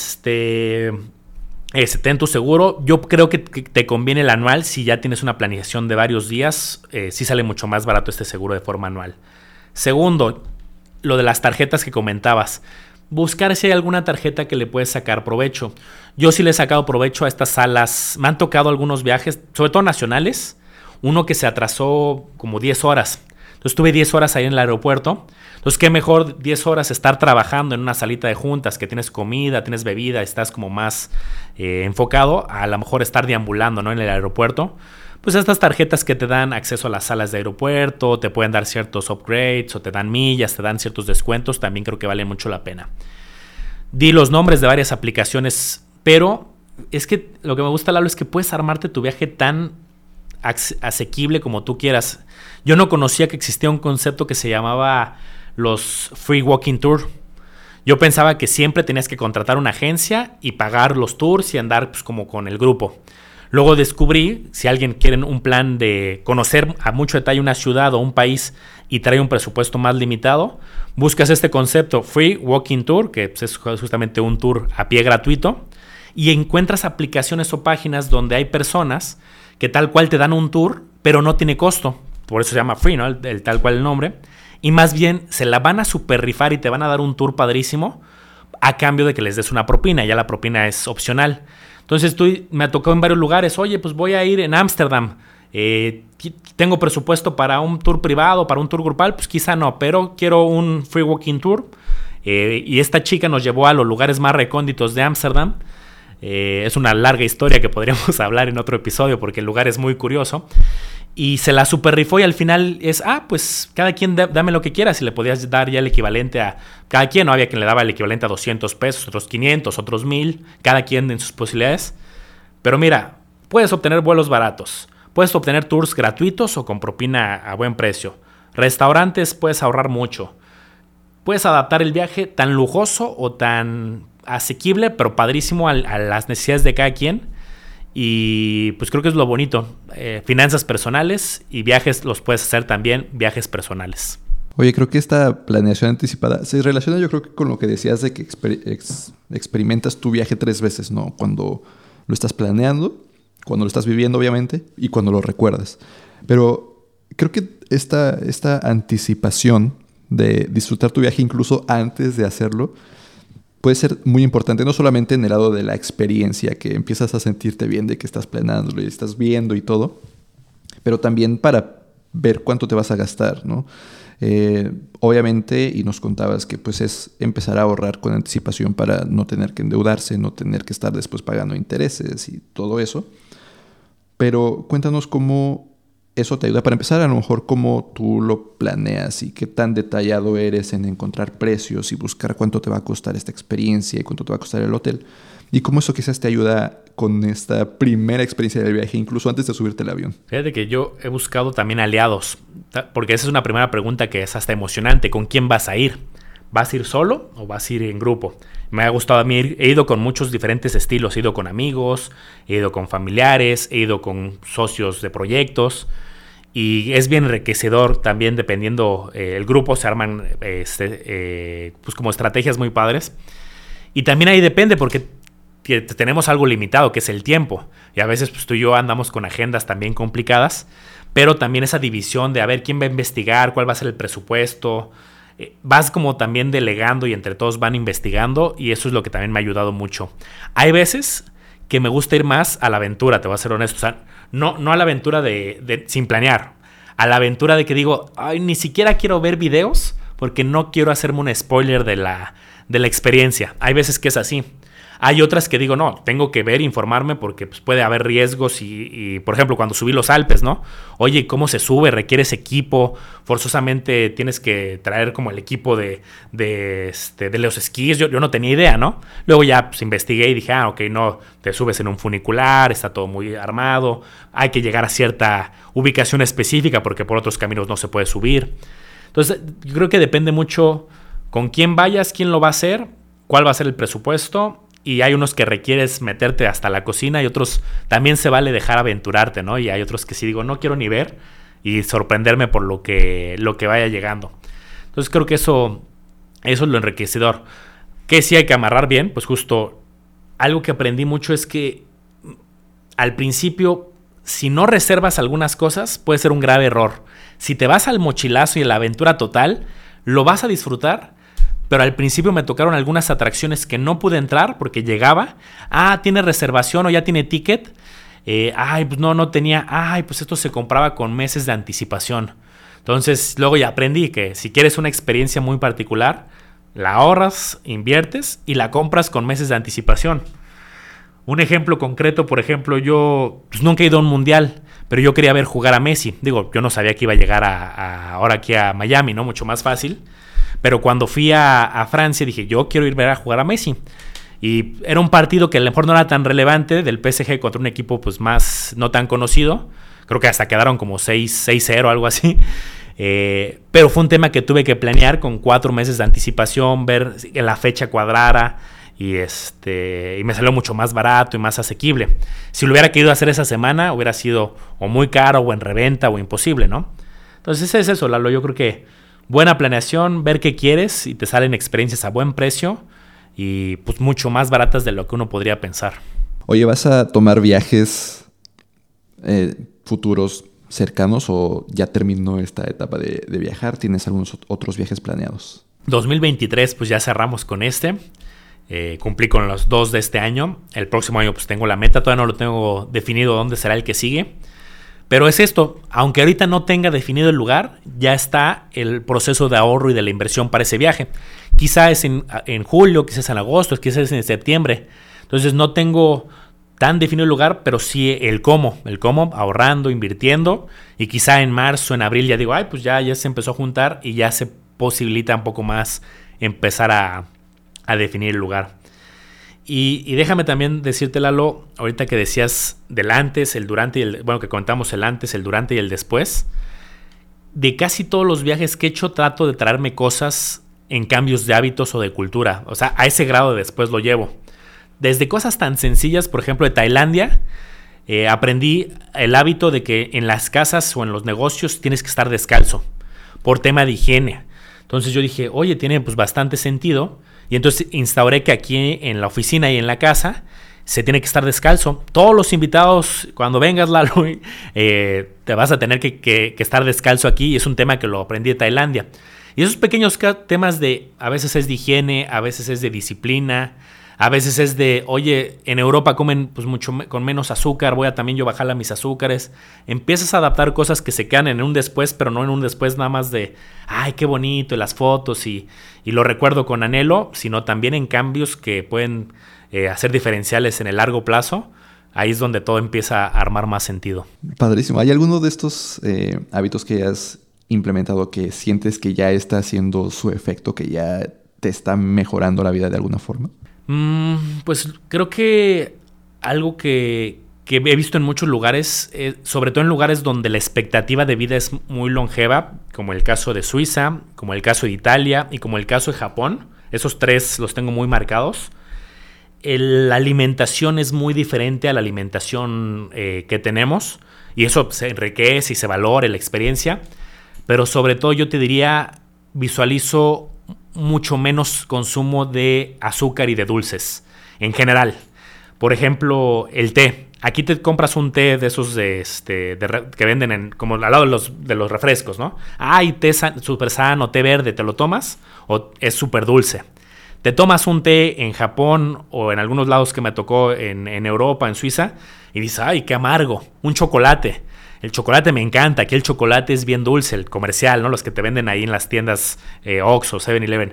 este, es ten tu seguro. Yo creo que te conviene el anual si ya tienes una planificación de varios días. Eh, sí sale mucho más barato este seguro de forma anual. Segundo, lo de las tarjetas que comentabas. Buscar si hay alguna tarjeta que le puedes sacar provecho. Yo sí le he sacado provecho a estas salas. Me han tocado algunos viajes, sobre todo nacionales. Uno que se atrasó como diez horas. Entonces estuve diez horas ahí en el aeropuerto. Entonces qué mejor diez horas estar trabajando en una salita de juntas que tienes comida, tienes bebida, estás como más eh, enfocado a lo mejor estar deambulando, ¿no?, en el aeropuerto. Pues estas tarjetas que te dan acceso a las salas de aeropuerto, te pueden dar ciertos upgrades o te dan millas, te dan ciertos descuentos, también creo que valen mucho la pena. Di los nombres de varias aplicaciones, pero es que lo que me gusta, Lalo, es que puedes armarte tu viaje tan asequible como tú quieras. Yo no conocía que existía un concepto que se llamaba los Free Walking Tour. Yo pensaba que siempre tenías que contratar una agencia y pagar los tours y andar pues como con el grupo. Luego descubrí, si alguien quiere un plan de conocer a mucho detalle una ciudad o un país y trae un presupuesto más limitado, buscas este concepto Free Walking Tour, que es justamente un tour a pie gratuito, y encuentras aplicaciones o páginas donde hay personas que tal cual te dan un tour, pero no tiene costo. Por eso se llama free, ¿no? El, el tal cual el nombre. Y más bien se la van a super rifar y te van a dar un tour padrísimo a cambio de que les des una propina. Ya la propina es opcional. Entonces tú, me ha tocado en varios lugares. Oye, pues voy a ir en Ámsterdam. Eh, tengo presupuesto para un tour privado, para un tour grupal. Pues quizá no, pero quiero un free walking tour. Eh, y esta chica nos llevó a los lugares más recónditos de Ámsterdam. Eh, es una larga historia que podríamos hablar en otro episodio porque el lugar es muy curioso. Y se la super rifó y al final es, ah, pues cada quien da, dame lo que quieras. Y le podías dar ya el equivalente a cada quien. No había quien le daba el equivalente a doscientos pesos, otros quinientos, otros mil. Cada quien en sus posibilidades. Pero mira, puedes obtener vuelos baratos. Puedes obtener tours gratuitos o con propina a buen precio. Restaurantes, puedes ahorrar mucho. Puedes adaptar el viaje tan lujoso o tan asequible, pero padrísimo a, a las necesidades de cada quien. Y pues creo que es lo bonito. Eh, finanzas personales y viajes los puedes hacer también, viajes personales. Oye, creo que esta planeación anticipada se relaciona, yo creo que con lo que decías de que exper- ex- experimentas tu viaje tres veces, ¿no? Cuando lo estás planeando, cuando lo estás viviendo, obviamente, y cuando lo recuerdas. Pero creo que esta, esta anticipación de disfrutar tu viaje incluso antes de hacerlo puede ser muy importante, no solamente en el lado de la experiencia, que empiezas a sentirte bien de que estás planeándolo y estás viendo y todo, pero también para ver cuánto te vas a gastar, ¿no? Eh, obviamente, y nos contabas que pues es empezar a ahorrar con anticipación para no tener que endeudarse, no tener que estar después pagando intereses y todo eso. Pero cuéntanos cómo eso te ayuda para empezar, a lo mejor cómo tú lo planeas y qué tan detallado eres en encontrar precios y buscar cuánto te va a costar esta experiencia y cuánto te va a costar el hotel. Y cómo eso quizás te ayuda con esta primera experiencia del viaje, incluso antes de subirte al avión. Fíjate que yo he buscado también aliados, porque esa es una primera pregunta que es hasta emocionante. ¿Con quién vas a ir? ¿Vas a ir solo o vas a ir en grupo? Me ha gustado a mí ir, he ido con muchos diferentes estilos. He ido con amigos, he ido con familiares, he ido con socios de proyectos. Y es bien enriquecedor también dependiendo eh, el grupo, se arman este, eh, pues como estrategias muy padres. Y también ahí depende porque que tenemos algo limitado, que es el tiempo. Y a veces pues, tú y yo andamos con agendas también complicadas, pero también esa división de a ver quién va a investigar, cuál va a ser el presupuesto. Eh, vas como también delegando y entre todos van investigando y eso es lo que también me ha ayudado mucho. Hay veces que me gusta ir más a la aventura, te voy a ser honesto. O sea, no, no a la aventura de, de sin planear, a la aventura de que digo, ay, ni siquiera quiero ver videos porque no quiero hacerme un spoiler de la, de la experiencia. Hay veces que es así. Hay otras que digo, no, tengo que ver, informarme porque pues, puede haber riesgos y, y, por ejemplo, cuando subí los Alpes, ¿no? Oye, ¿cómo se sube? ¿Requieres equipo? Forzosamente tienes que traer como el equipo de, de, este, de los esquís. Yo, yo no tenía idea, ¿no? Luego ya pues, investigué y dije, ah, ok, no, te subes en un funicular, está todo muy armado, hay que llegar a cierta ubicación específica porque por otros caminos no se puede subir. Entonces, yo creo que depende mucho con quién vayas, quién lo va a hacer, cuál va a ser el presupuesto. Y hay unos que requieres meterte hasta la cocina y otros también se vale dejar aventurarte, ¿no? Y hay otros que sí digo, no quiero ni ver y sorprenderme por lo que, lo que vaya llegando. Entonces creo que eso, eso es lo enriquecedor. ¿Qué sí hay que amarrar bien? Pues justo algo que aprendí mucho es que al principio, si no reservas algunas cosas, puede ser un grave error. Si te vas al mochilazo y a la aventura total, lo vas a disfrutar. Pero al principio me tocaron algunas atracciones que no pude entrar porque llegaba. Ah, ¿tiene reservación o ya tiene ticket? Eh, ay, pues no, no tenía. Ay, pues esto se compraba con meses de anticipación. Entonces, luego ya aprendí que si quieres una experiencia muy particular, la ahorras, inviertes y la compras con meses de anticipación. Un ejemplo concreto, por ejemplo, yo pues nunca he ido a un mundial, pero yo quería ver jugar a Messi. Digo, yo no sabía que iba a llegar a, a, ahora aquí a Miami, ¿no? Mucho más fácil. Pero cuando fui a, a Francia dije, yo quiero ir a ver a jugar a Messi. Y era un partido que a lo mejor no era tan relevante, del P S G contra un equipo pues más no tan conocido. Creo que hasta quedaron como seis cero, algo así. Eh, pero fue un tema que tuve que planear con cuatro meses de anticipación, ver que la fecha cuadrara. Y, este, y me salió mucho más barato y más asequible. Si lo hubiera querido hacer esa semana, hubiera sido o muy caro, o en reventa, o imposible, ¿no? Entonces es eso, Lalo. Yo creo que buena planeación, ver qué quieres y te salen experiencias a buen precio y pues mucho más baratas de lo que uno podría pensar. Oye, ¿vas a tomar viajes eh, futuros cercanos o ya terminó esta etapa de, de viajar? ¿Tienes algunos otros viajes planeados? dos mil veintitrés pues ya cerramos con este. Eh, cumplí con los dos de este año. El próximo año pues tengo la meta. Todavía no lo tengo definido dónde será el que sigue. Pero es esto, aunque ahorita no tenga definido el lugar, ya está el proceso de ahorro y de la inversión para ese viaje. Quizá es en, en julio, quizás en agosto, quizás es en septiembre. Entonces no tengo tan definido el lugar, pero sí el cómo, el cómo, ahorrando, invirtiendo. Y quizá en marzo, en abril ya digo, ay, pues ya, ya se empezó a juntar y ya se posibilita un poco más empezar a, a definir el lugar. Y, y déjame también decirte, Lalo, ahorita que decías del antes, el durante y el... Bueno, que contamos el antes, el durante y el después. De casi todos los viajes que he hecho trato de traerme cosas en cambios de hábitos o de cultura. O sea, a ese grado de después lo llevo. Desde cosas tan sencillas, por ejemplo, de Tailandia, eh, aprendí el hábito de que en las casas o en los negocios tienes que estar descalzo por tema de higiene. Entonces yo dije, oye, tiene pues bastante sentido. Y entonces instauré que aquí en la oficina y en la casa se tiene que estar descalzo. Todos los invitados, cuando vengas, Lalo, eh, te vas a tener que, que, que estar descalzo aquí. Y es un tema que lo aprendí de Tailandia. Y esos pequeños temas de, a veces es de higiene, a veces es de disciplina, a veces es de, oye, en Europa comen pues mucho me- con menos azúcar, voy a también yo bajarle a mis azúcares. Empiezas a adaptar cosas que se quedan en un después, pero no en un después nada más de, ay, qué bonito, y las fotos y, y lo recuerdo con anhelo, sino también en cambios que pueden eh, hacer diferenciales en el largo plazo. Ahí es donde todo empieza a armar más sentido. Padrísimo. ¿Hay alguno de estos eh, hábitos que has implementado que sientes que ya está haciendo su efecto, que ya te está mejorando la vida de alguna forma? Mm, pues creo que algo que, que he visto en muchos lugares, eh, sobre todo en lugares donde la expectativa de vida es muy longeva, como el caso de Suiza, como el caso de Italia y como el caso de Japón. Esos tres los tengo muy marcados. El, la alimentación es muy diferente a la alimentación eh, que tenemos y eso se enriquece y se valora la experiencia. Pero sobre todo yo te diría, visualizo mucho menos consumo de azúcar y de dulces en general. Por ejemplo, el té. Aquí te compras un té de esos de, este, de, que venden en, como al lado de los, de los refrescos, ¿no? Ay, té san, súper sano, té verde, ¿te lo tomas? O es súper dulce. Te tomas un té en Japón o en algunos lados que me tocó en, en Europa, en Suiza, y dices, ay, qué amargo, un chocolate. El chocolate me encanta, aquí el chocolate es bien dulce, el comercial, ¿no? Los que te venden ahí en las tiendas eh, Oxxo, seven eleven.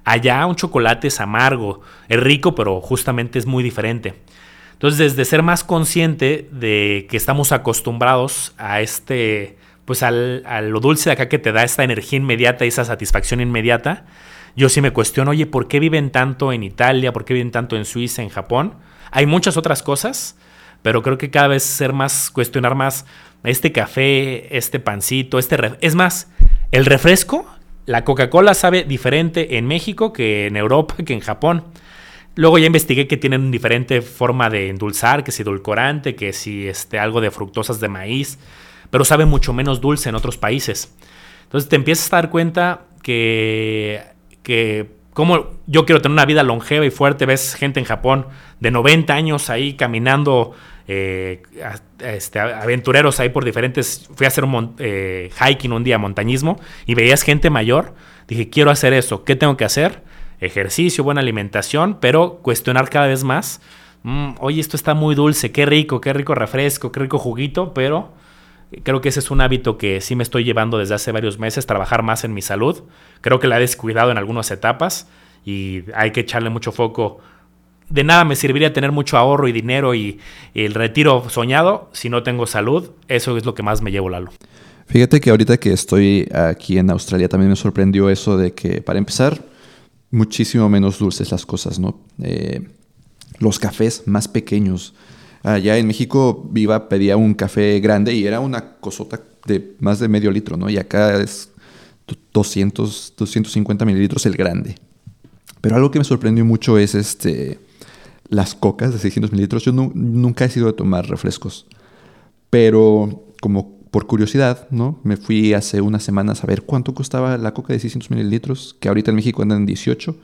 Allá un chocolate es amargo, es rico, pero justamente es muy diferente. Entonces, desde ser más consciente de que estamos acostumbrados a este, pues al, a lo dulce de acá que te da esta energía inmediata y esa satisfacción inmediata, yo sí me cuestiono, oye, ¿por qué viven tanto en Italia? ¿Por qué viven tanto en Suiza, en Japón? Hay muchas otras cosas, pero creo que cada vez ser más, cuestionar más este café, este pancito, este... Ref- es más, el refresco, la Coca-Cola sabe diferente en México que en Europa, que en Japón. Luego ya investigué que tienen diferente forma de endulzar, que si edulcorante, que si este, algo de fructosas de maíz, pero sabe mucho menos dulce en otros países. Entonces te empiezas a dar cuenta que, que como yo quiero tener una vida longeva y fuerte, ves gente en Japón de noventa años ahí caminando, eh, este, aventureros ahí por diferentes, fui a hacer un mon, eh, hiking un día, montañismo, y veías gente mayor, dije, quiero hacer eso, ¿qué tengo que hacer? Ejercicio, buena alimentación, pero cuestionar cada vez más, mm, oye, esto está muy dulce, qué rico, qué rico refresco, qué rico juguito, pero creo que ese es un hábito que sí me estoy llevando desde hace varios meses, trabajar más en mi salud. Creo que la he descuidado en algunas etapas y hay que echarle mucho foco. De nada me serviría tener mucho ahorro y dinero y, y el retiro soñado si no tengo salud. Eso es lo que más me llevo, Lalo. Fíjate que ahorita que estoy aquí en Australia también me sorprendió eso de que, para empezar, muchísimo menos dulces las cosas, ¿no? Eh, los cafés más pequeños. Allá en México iba, pedía un café grande y era una cosota de más de medio litro, ¿no? Y acá es doscientos, doscientos cincuenta mililitros el grande. Pero algo que me sorprendió mucho es este, las cocas de seiscientos mililitros. Yo no, nunca he sido de tomar refrescos. Pero como por curiosidad, ¿no? Me fui hace unas semanas a ver cuánto costaba la coca de seiscientos mililitros, que ahorita en México andan en dieciocho.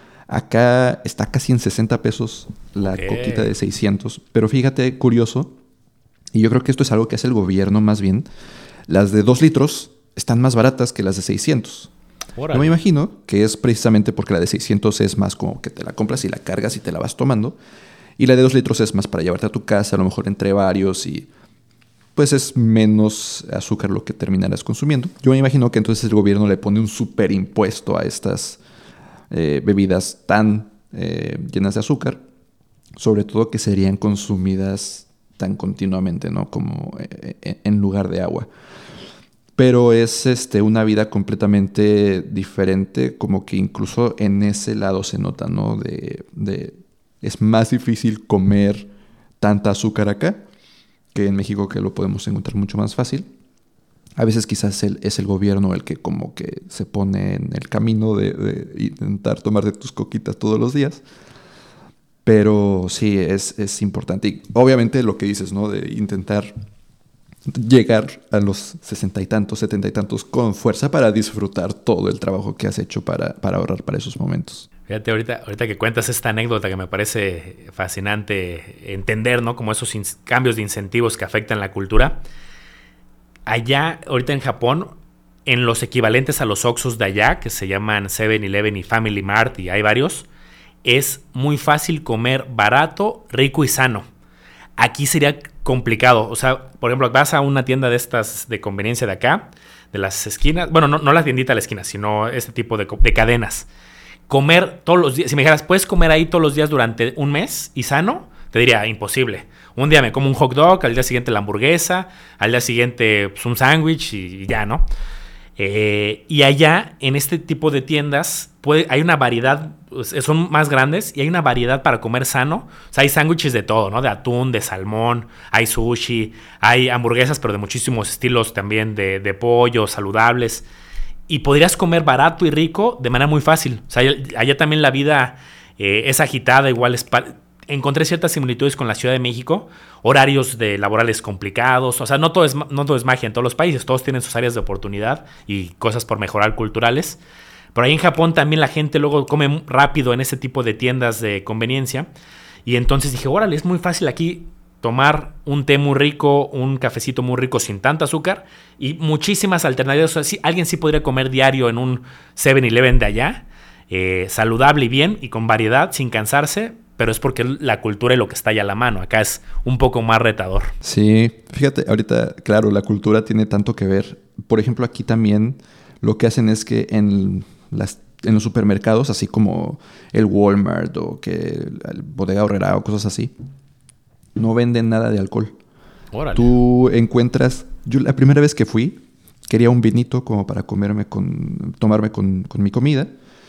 Acá está casi en sesenta pesos la eh. coquita de seiscientos. Pero fíjate, curioso, y yo creo que esto es algo que hace el gobierno más bien, las de dos litros están más baratas que las de seiscientos. Órale. Yo me imagino que es precisamente porque la de seiscientos es más como que te la compras y la cargas y te la vas tomando. Y la de dos litros es más para llevarte a tu casa, a lo mejor entre varios, y pues es menos azúcar lo que terminarás consumiendo. Yo me imagino que entonces el gobierno le pone un súper impuesto a estas Eh, bebidas tan eh, llenas de azúcar, sobre todo que serían consumidas tan continuamente, ¿no? Como eh, en lugar de agua. Pero es este, una vida completamente diferente, como que incluso en ese lado se nota, ¿no? De, de, es más difícil comer tanta azúcar acá que en México, que lo podemos encontrar mucho más fácil. A veces quizás el, es el gobierno el que como que se pone en el camino de, de intentar tomarte tus coquitas todos los días. Pero sí, es, es importante. Y obviamente lo que dices, ¿no? De intentar llegar a los sesenta y tantos, setenta y tantos con fuerza para disfrutar todo el trabajo que has hecho para, para ahorrar para esos momentos. Fíjate, ahorita, ahorita que cuentas esta anécdota que me parece fascinante entender, ¿no? Como esos in- cambios de incentivos que afectan la cultura. Allá, ahorita en Japón, en los equivalentes a los Oxxos de allá, que se llaman seven eleven y Family Mart, y hay varios, es muy fácil comer barato, rico y sano. Aquí sería complicado. O sea, por ejemplo, vas a una tienda de estas de conveniencia de acá, de las esquinas, bueno, no, no la tiendita de la esquina, sino este tipo de, de cadenas. Comer todos los días, si me dijeras, ¿puedes comer ahí todos los días durante un mes y sano? Te diría, imposible. Un día me como un hot dog, al día siguiente la hamburguesa, al día siguiente pues, un sándwich y ya, ¿no? Eh, y allá, en este tipo de tiendas, puede, hay una variedad, son más grandes y hay una variedad para comer sano. O sea, hay sándwiches de todo, ¿no? De atún, de salmón, hay sushi, hay hamburguesas, pero de muchísimos estilos también de, de pollo, saludables. Y podrías comer barato y rico de manera muy fácil. O sea, allá, allá también la vida eh, es agitada, igual es... Pa- Encontré ciertas similitudes con la Ciudad de México, horarios de laborales complicados, o sea, no todo es, no todo es magia en todos los países, todos tienen sus áreas de oportunidad y cosas por mejorar culturales. Pero ahí en Japón también la gente luego come rápido en ese tipo de tiendas de conveniencia. Y entonces dije, órale, es muy fácil aquí tomar un té muy rico, un cafecito muy rico sin tanta azúcar y muchísimas alternativas. O sea, sí, alguien sí podría comer diario en un seven eleven de allá, eh, saludable y bien y con variedad, sin cansarse. Pero es porque la cultura y lo que está allá a la mano. Acá es un poco más retador. Sí, fíjate, ahorita, claro, la cultura tiene tanto que ver. Por ejemplo, aquí también lo que hacen es que en las en los supermercados, así como el Walmart o que el, el Bodega Aurrerá o cosas así, no venden nada de alcohol. Órale. Tú encuentras... Yo la primera vez que fui, quería un vinito como para comerme con... tomarme con, con mi comida.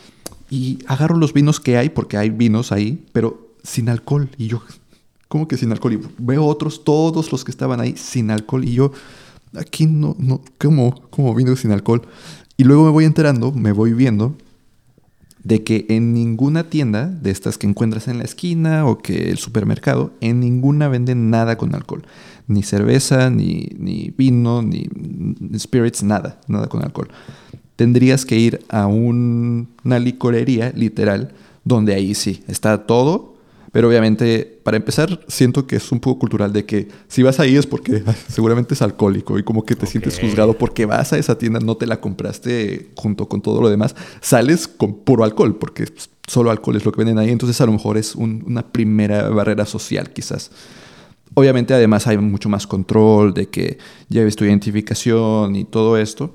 Y agarro los vinos que hay, porque hay vinos ahí, pero sin alcohol. Y yo, ¿cómo que sin alcohol? Y veo otros, todos los que estaban ahí, sin alcohol. Y yo, aquí no... no ¿Cómo? ¿Cómo vino sin alcohol? Y luego me voy enterando, me voy viendo... de que en ninguna tienda de estas que encuentras en la esquina o que el supermercado, en ninguna venden nada con alcohol. Ni cerveza, ni, ni vino, ni, ni spirits, nada, nada con alcohol. Tendrías que ir a un, una licorería, literal, donde ahí sí, está todo. Pero obviamente, para empezar, siento que es un poco cultural de que si vas ahí es porque ay, seguramente es alcohólico y como que te okay. sientes juzgado porque vas a esa tienda, no te la compraste junto con todo lo demás, sales con puro alcohol porque solo alcohol es lo que venden ahí, entonces a lo mejor es un, una primera barrera social quizás. Obviamente además hay mucho más control de que lleves tu identificación y todo esto,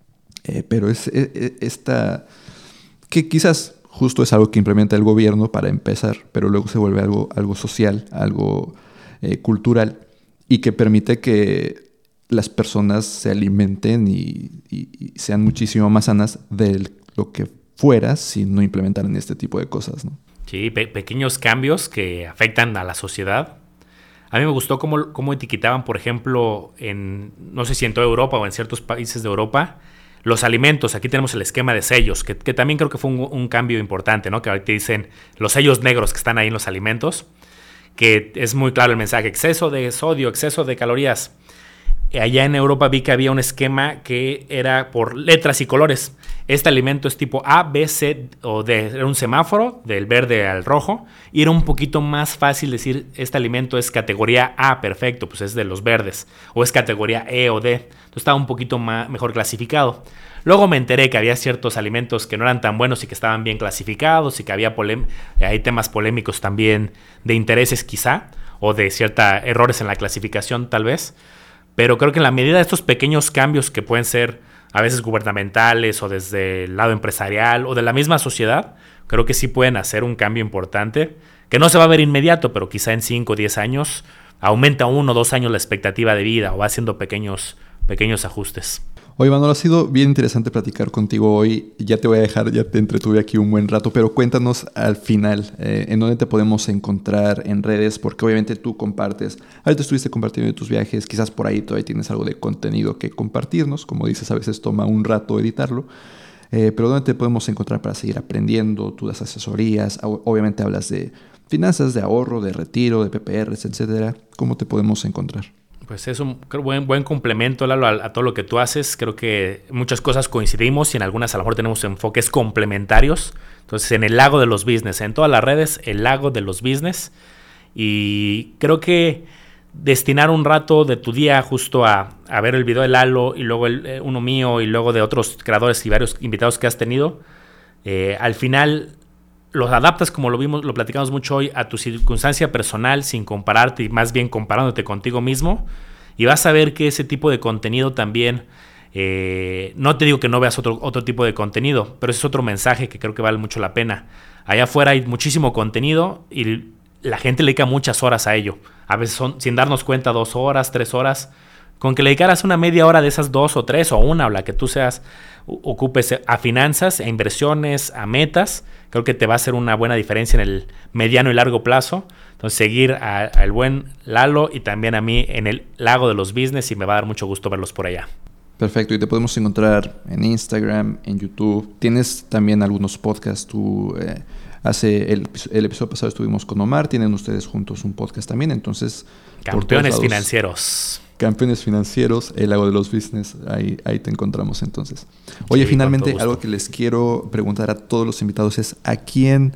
eh, pero es, es, es esta que quizás... justo es algo que implementa el gobierno para empezar, pero luego se vuelve algo, algo social, algo eh, cultural, y que permite que las personas se alimenten y, y, y sean muchísimo más sanas de lo que fuera si no implementaran este tipo de cosas, ¿no? Sí, pe- pequeños cambios que afectan a la sociedad. A mí me gustó cómo, cómo etiquetaban, por ejemplo, en no sé si en toda Europa o en ciertos países de Europa, los alimentos. Aquí tenemos el esquema de sellos, que, que también creo que fue un, un cambio importante, ¿no? Que ahorita dicen los sellos negros que están ahí en los alimentos, que es muy claro el mensaje, exceso de sodio, exceso de calorías. Allá en Europa vi que había un esquema que era por letras y colores. Este alimento es tipo A, B, C o D. Era un semáforo del verde al rojo y era un poquito más fácil decir este alimento es categoría A, perfecto, pues es de los verdes. O es categoría E o D. Entonces estaba un poquito más, mejor clasificado. Luego me enteré que había ciertos alimentos que no eran tan buenos y que estaban bien clasificados y que había polem- hay temas polémicos también de intereses quizá o de ciertos errores en la clasificación tal vez. Pero creo que en la medida de estos pequeños cambios que pueden ser a veces gubernamentales o desde el lado empresarial o de la misma sociedad, creo que sí pueden hacer un cambio importante que no se va a ver inmediato, pero quizá en cinco o diez años aumenta uno o dos años la expectativa de vida o va haciendo pequeños, pequeños ajustes. Oye, Manuel, ha sido bien interesante platicar contigo hoy. Ya te voy a dejar, ya te entretuve aquí un buen rato, pero cuéntanos al final, eh, ¿en dónde te podemos encontrar en redes? Porque obviamente tú compartes, ahorita estuviste compartiendo de tus viajes, quizás por ahí todavía tienes algo de contenido que compartirnos. Como dices, a veces toma un rato editarlo. Eh, pero ¿dónde te podemos encontrar para seguir aprendiendo? Tú das asesorías, obviamente hablas de finanzas, de ahorro, de retiro, de P P Rs, etcétera. ¿Cómo te podemos encontrar? Pues es un buen, buen complemento, Lalo, a, a todo lo que tú haces. Creo que muchas cosas coincidimos y en algunas a lo mejor tenemos enfoques complementarios. Entonces, en el lago de los business, en todas las redes, el lago de los business. Y creo que destinar un rato de tu día justo a, a ver el video de Lalo y luego el, uno mío y luego de otros creadores y varios invitados que has tenido, eh, al final los adaptas, como lo vimos, lo platicamos mucho hoy, a tu circunstancia personal sin compararte y más bien comparándote contigo mismo, y vas a ver que ese tipo de contenido también, eh, no te digo que no veas otro, otro tipo de contenido, pero ese es otro mensaje que creo que vale mucho la pena. Allá afuera hay muchísimo contenido y la gente le dedica muchas horas a ello, a veces son, sin darnos cuenta, dos horas, tres horas. Con que le dedicaras una media hora de esas dos o tres o una o la que tú seas, ocupes a finanzas, a inversiones, a metas, creo que te va a hacer una buena diferencia en el mediano y largo plazo. Entonces seguir al buen Lalo y también a mí en el lago de los business, y me va a dar mucho gusto verlos por allá. Perfecto, y te podemos encontrar en Instagram, en YouTube. Tienes también algunos podcasts. Tú eh, hace el, el episodio pasado estuvimos con Omar, tienen ustedes juntos un podcast también, entonces Campeones Financieros. Campeones Financieros, el lago de los business, ahí, ahí te encontramos entonces. Oye, sí, finalmente, algo que les quiero preguntar a todos los invitados es, ¿a quién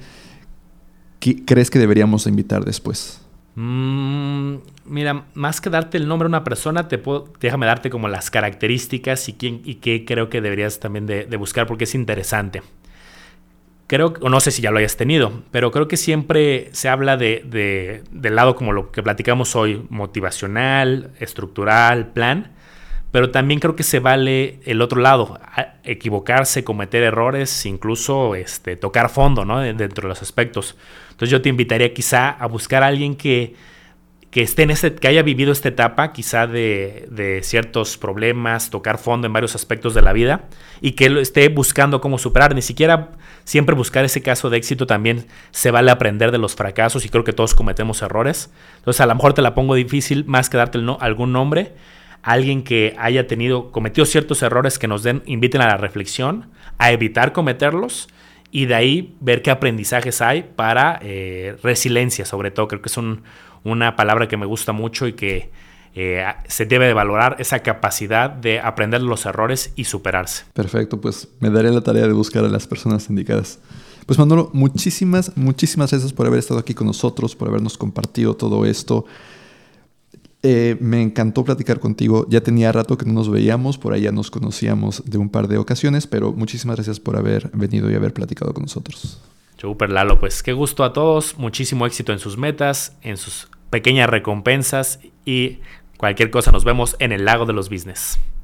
crees que deberíamos invitar después? Mm, mira, más que darte el nombre de una persona, te puedo, déjame darte como las características y, quién, y qué creo que deberías también de, de buscar, porque es interesante. Creo, o no sé si ya lo hayas tenido, pero creo que siempre se habla de, de, del lado como lo que platicamos hoy, motivacional, estructural, plan, pero también creo que se vale el otro lado, equivocarse, cometer errores, incluso este, tocar fondo, ¿no? Dentro de los aspectos. Entonces yo te invitaría quizá a buscar a alguien que, que, esté en este, que haya vivido esta etapa quizá de, de ciertos problemas, tocar fondo en varios aspectos de la vida y que lo esté buscando cómo superar. Ni siquiera siempre buscar ese caso de éxito, también se vale aprender de los fracasos y creo que todos cometemos errores. Entonces a lo mejor te la pongo difícil más que darte el no, algún nombre. Alguien que haya tenido, cometido ciertos errores que nos den, inviten a la reflexión, a evitar cometerlos y de ahí ver qué aprendizajes hay para eh, resiliencia, sobre todo. Creo que es un, una palabra que me gusta mucho y que eh, se debe de valorar, esa capacidad de aprender los errores y superarse. Perfecto, pues me daré la tarea de buscar a las personas indicadas. Pues Manolo, muchísimas, muchísimas gracias por haber estado aquí con nosotros, por habernos compartido todo esto. Eh, me encantó platicar contigo. Ya tenía rato que no nos veíamos, por ahí ya nos conocíamos de un par de ocasiones, pero muchísimas gracias por haber venido y haber platicado con nosotros. Super Lalo, pues qué gusto a todos, muchísimo éxito en sus metas, en sus pequeñas recompensas y cualquier cosa nos vemos en el lago de los business.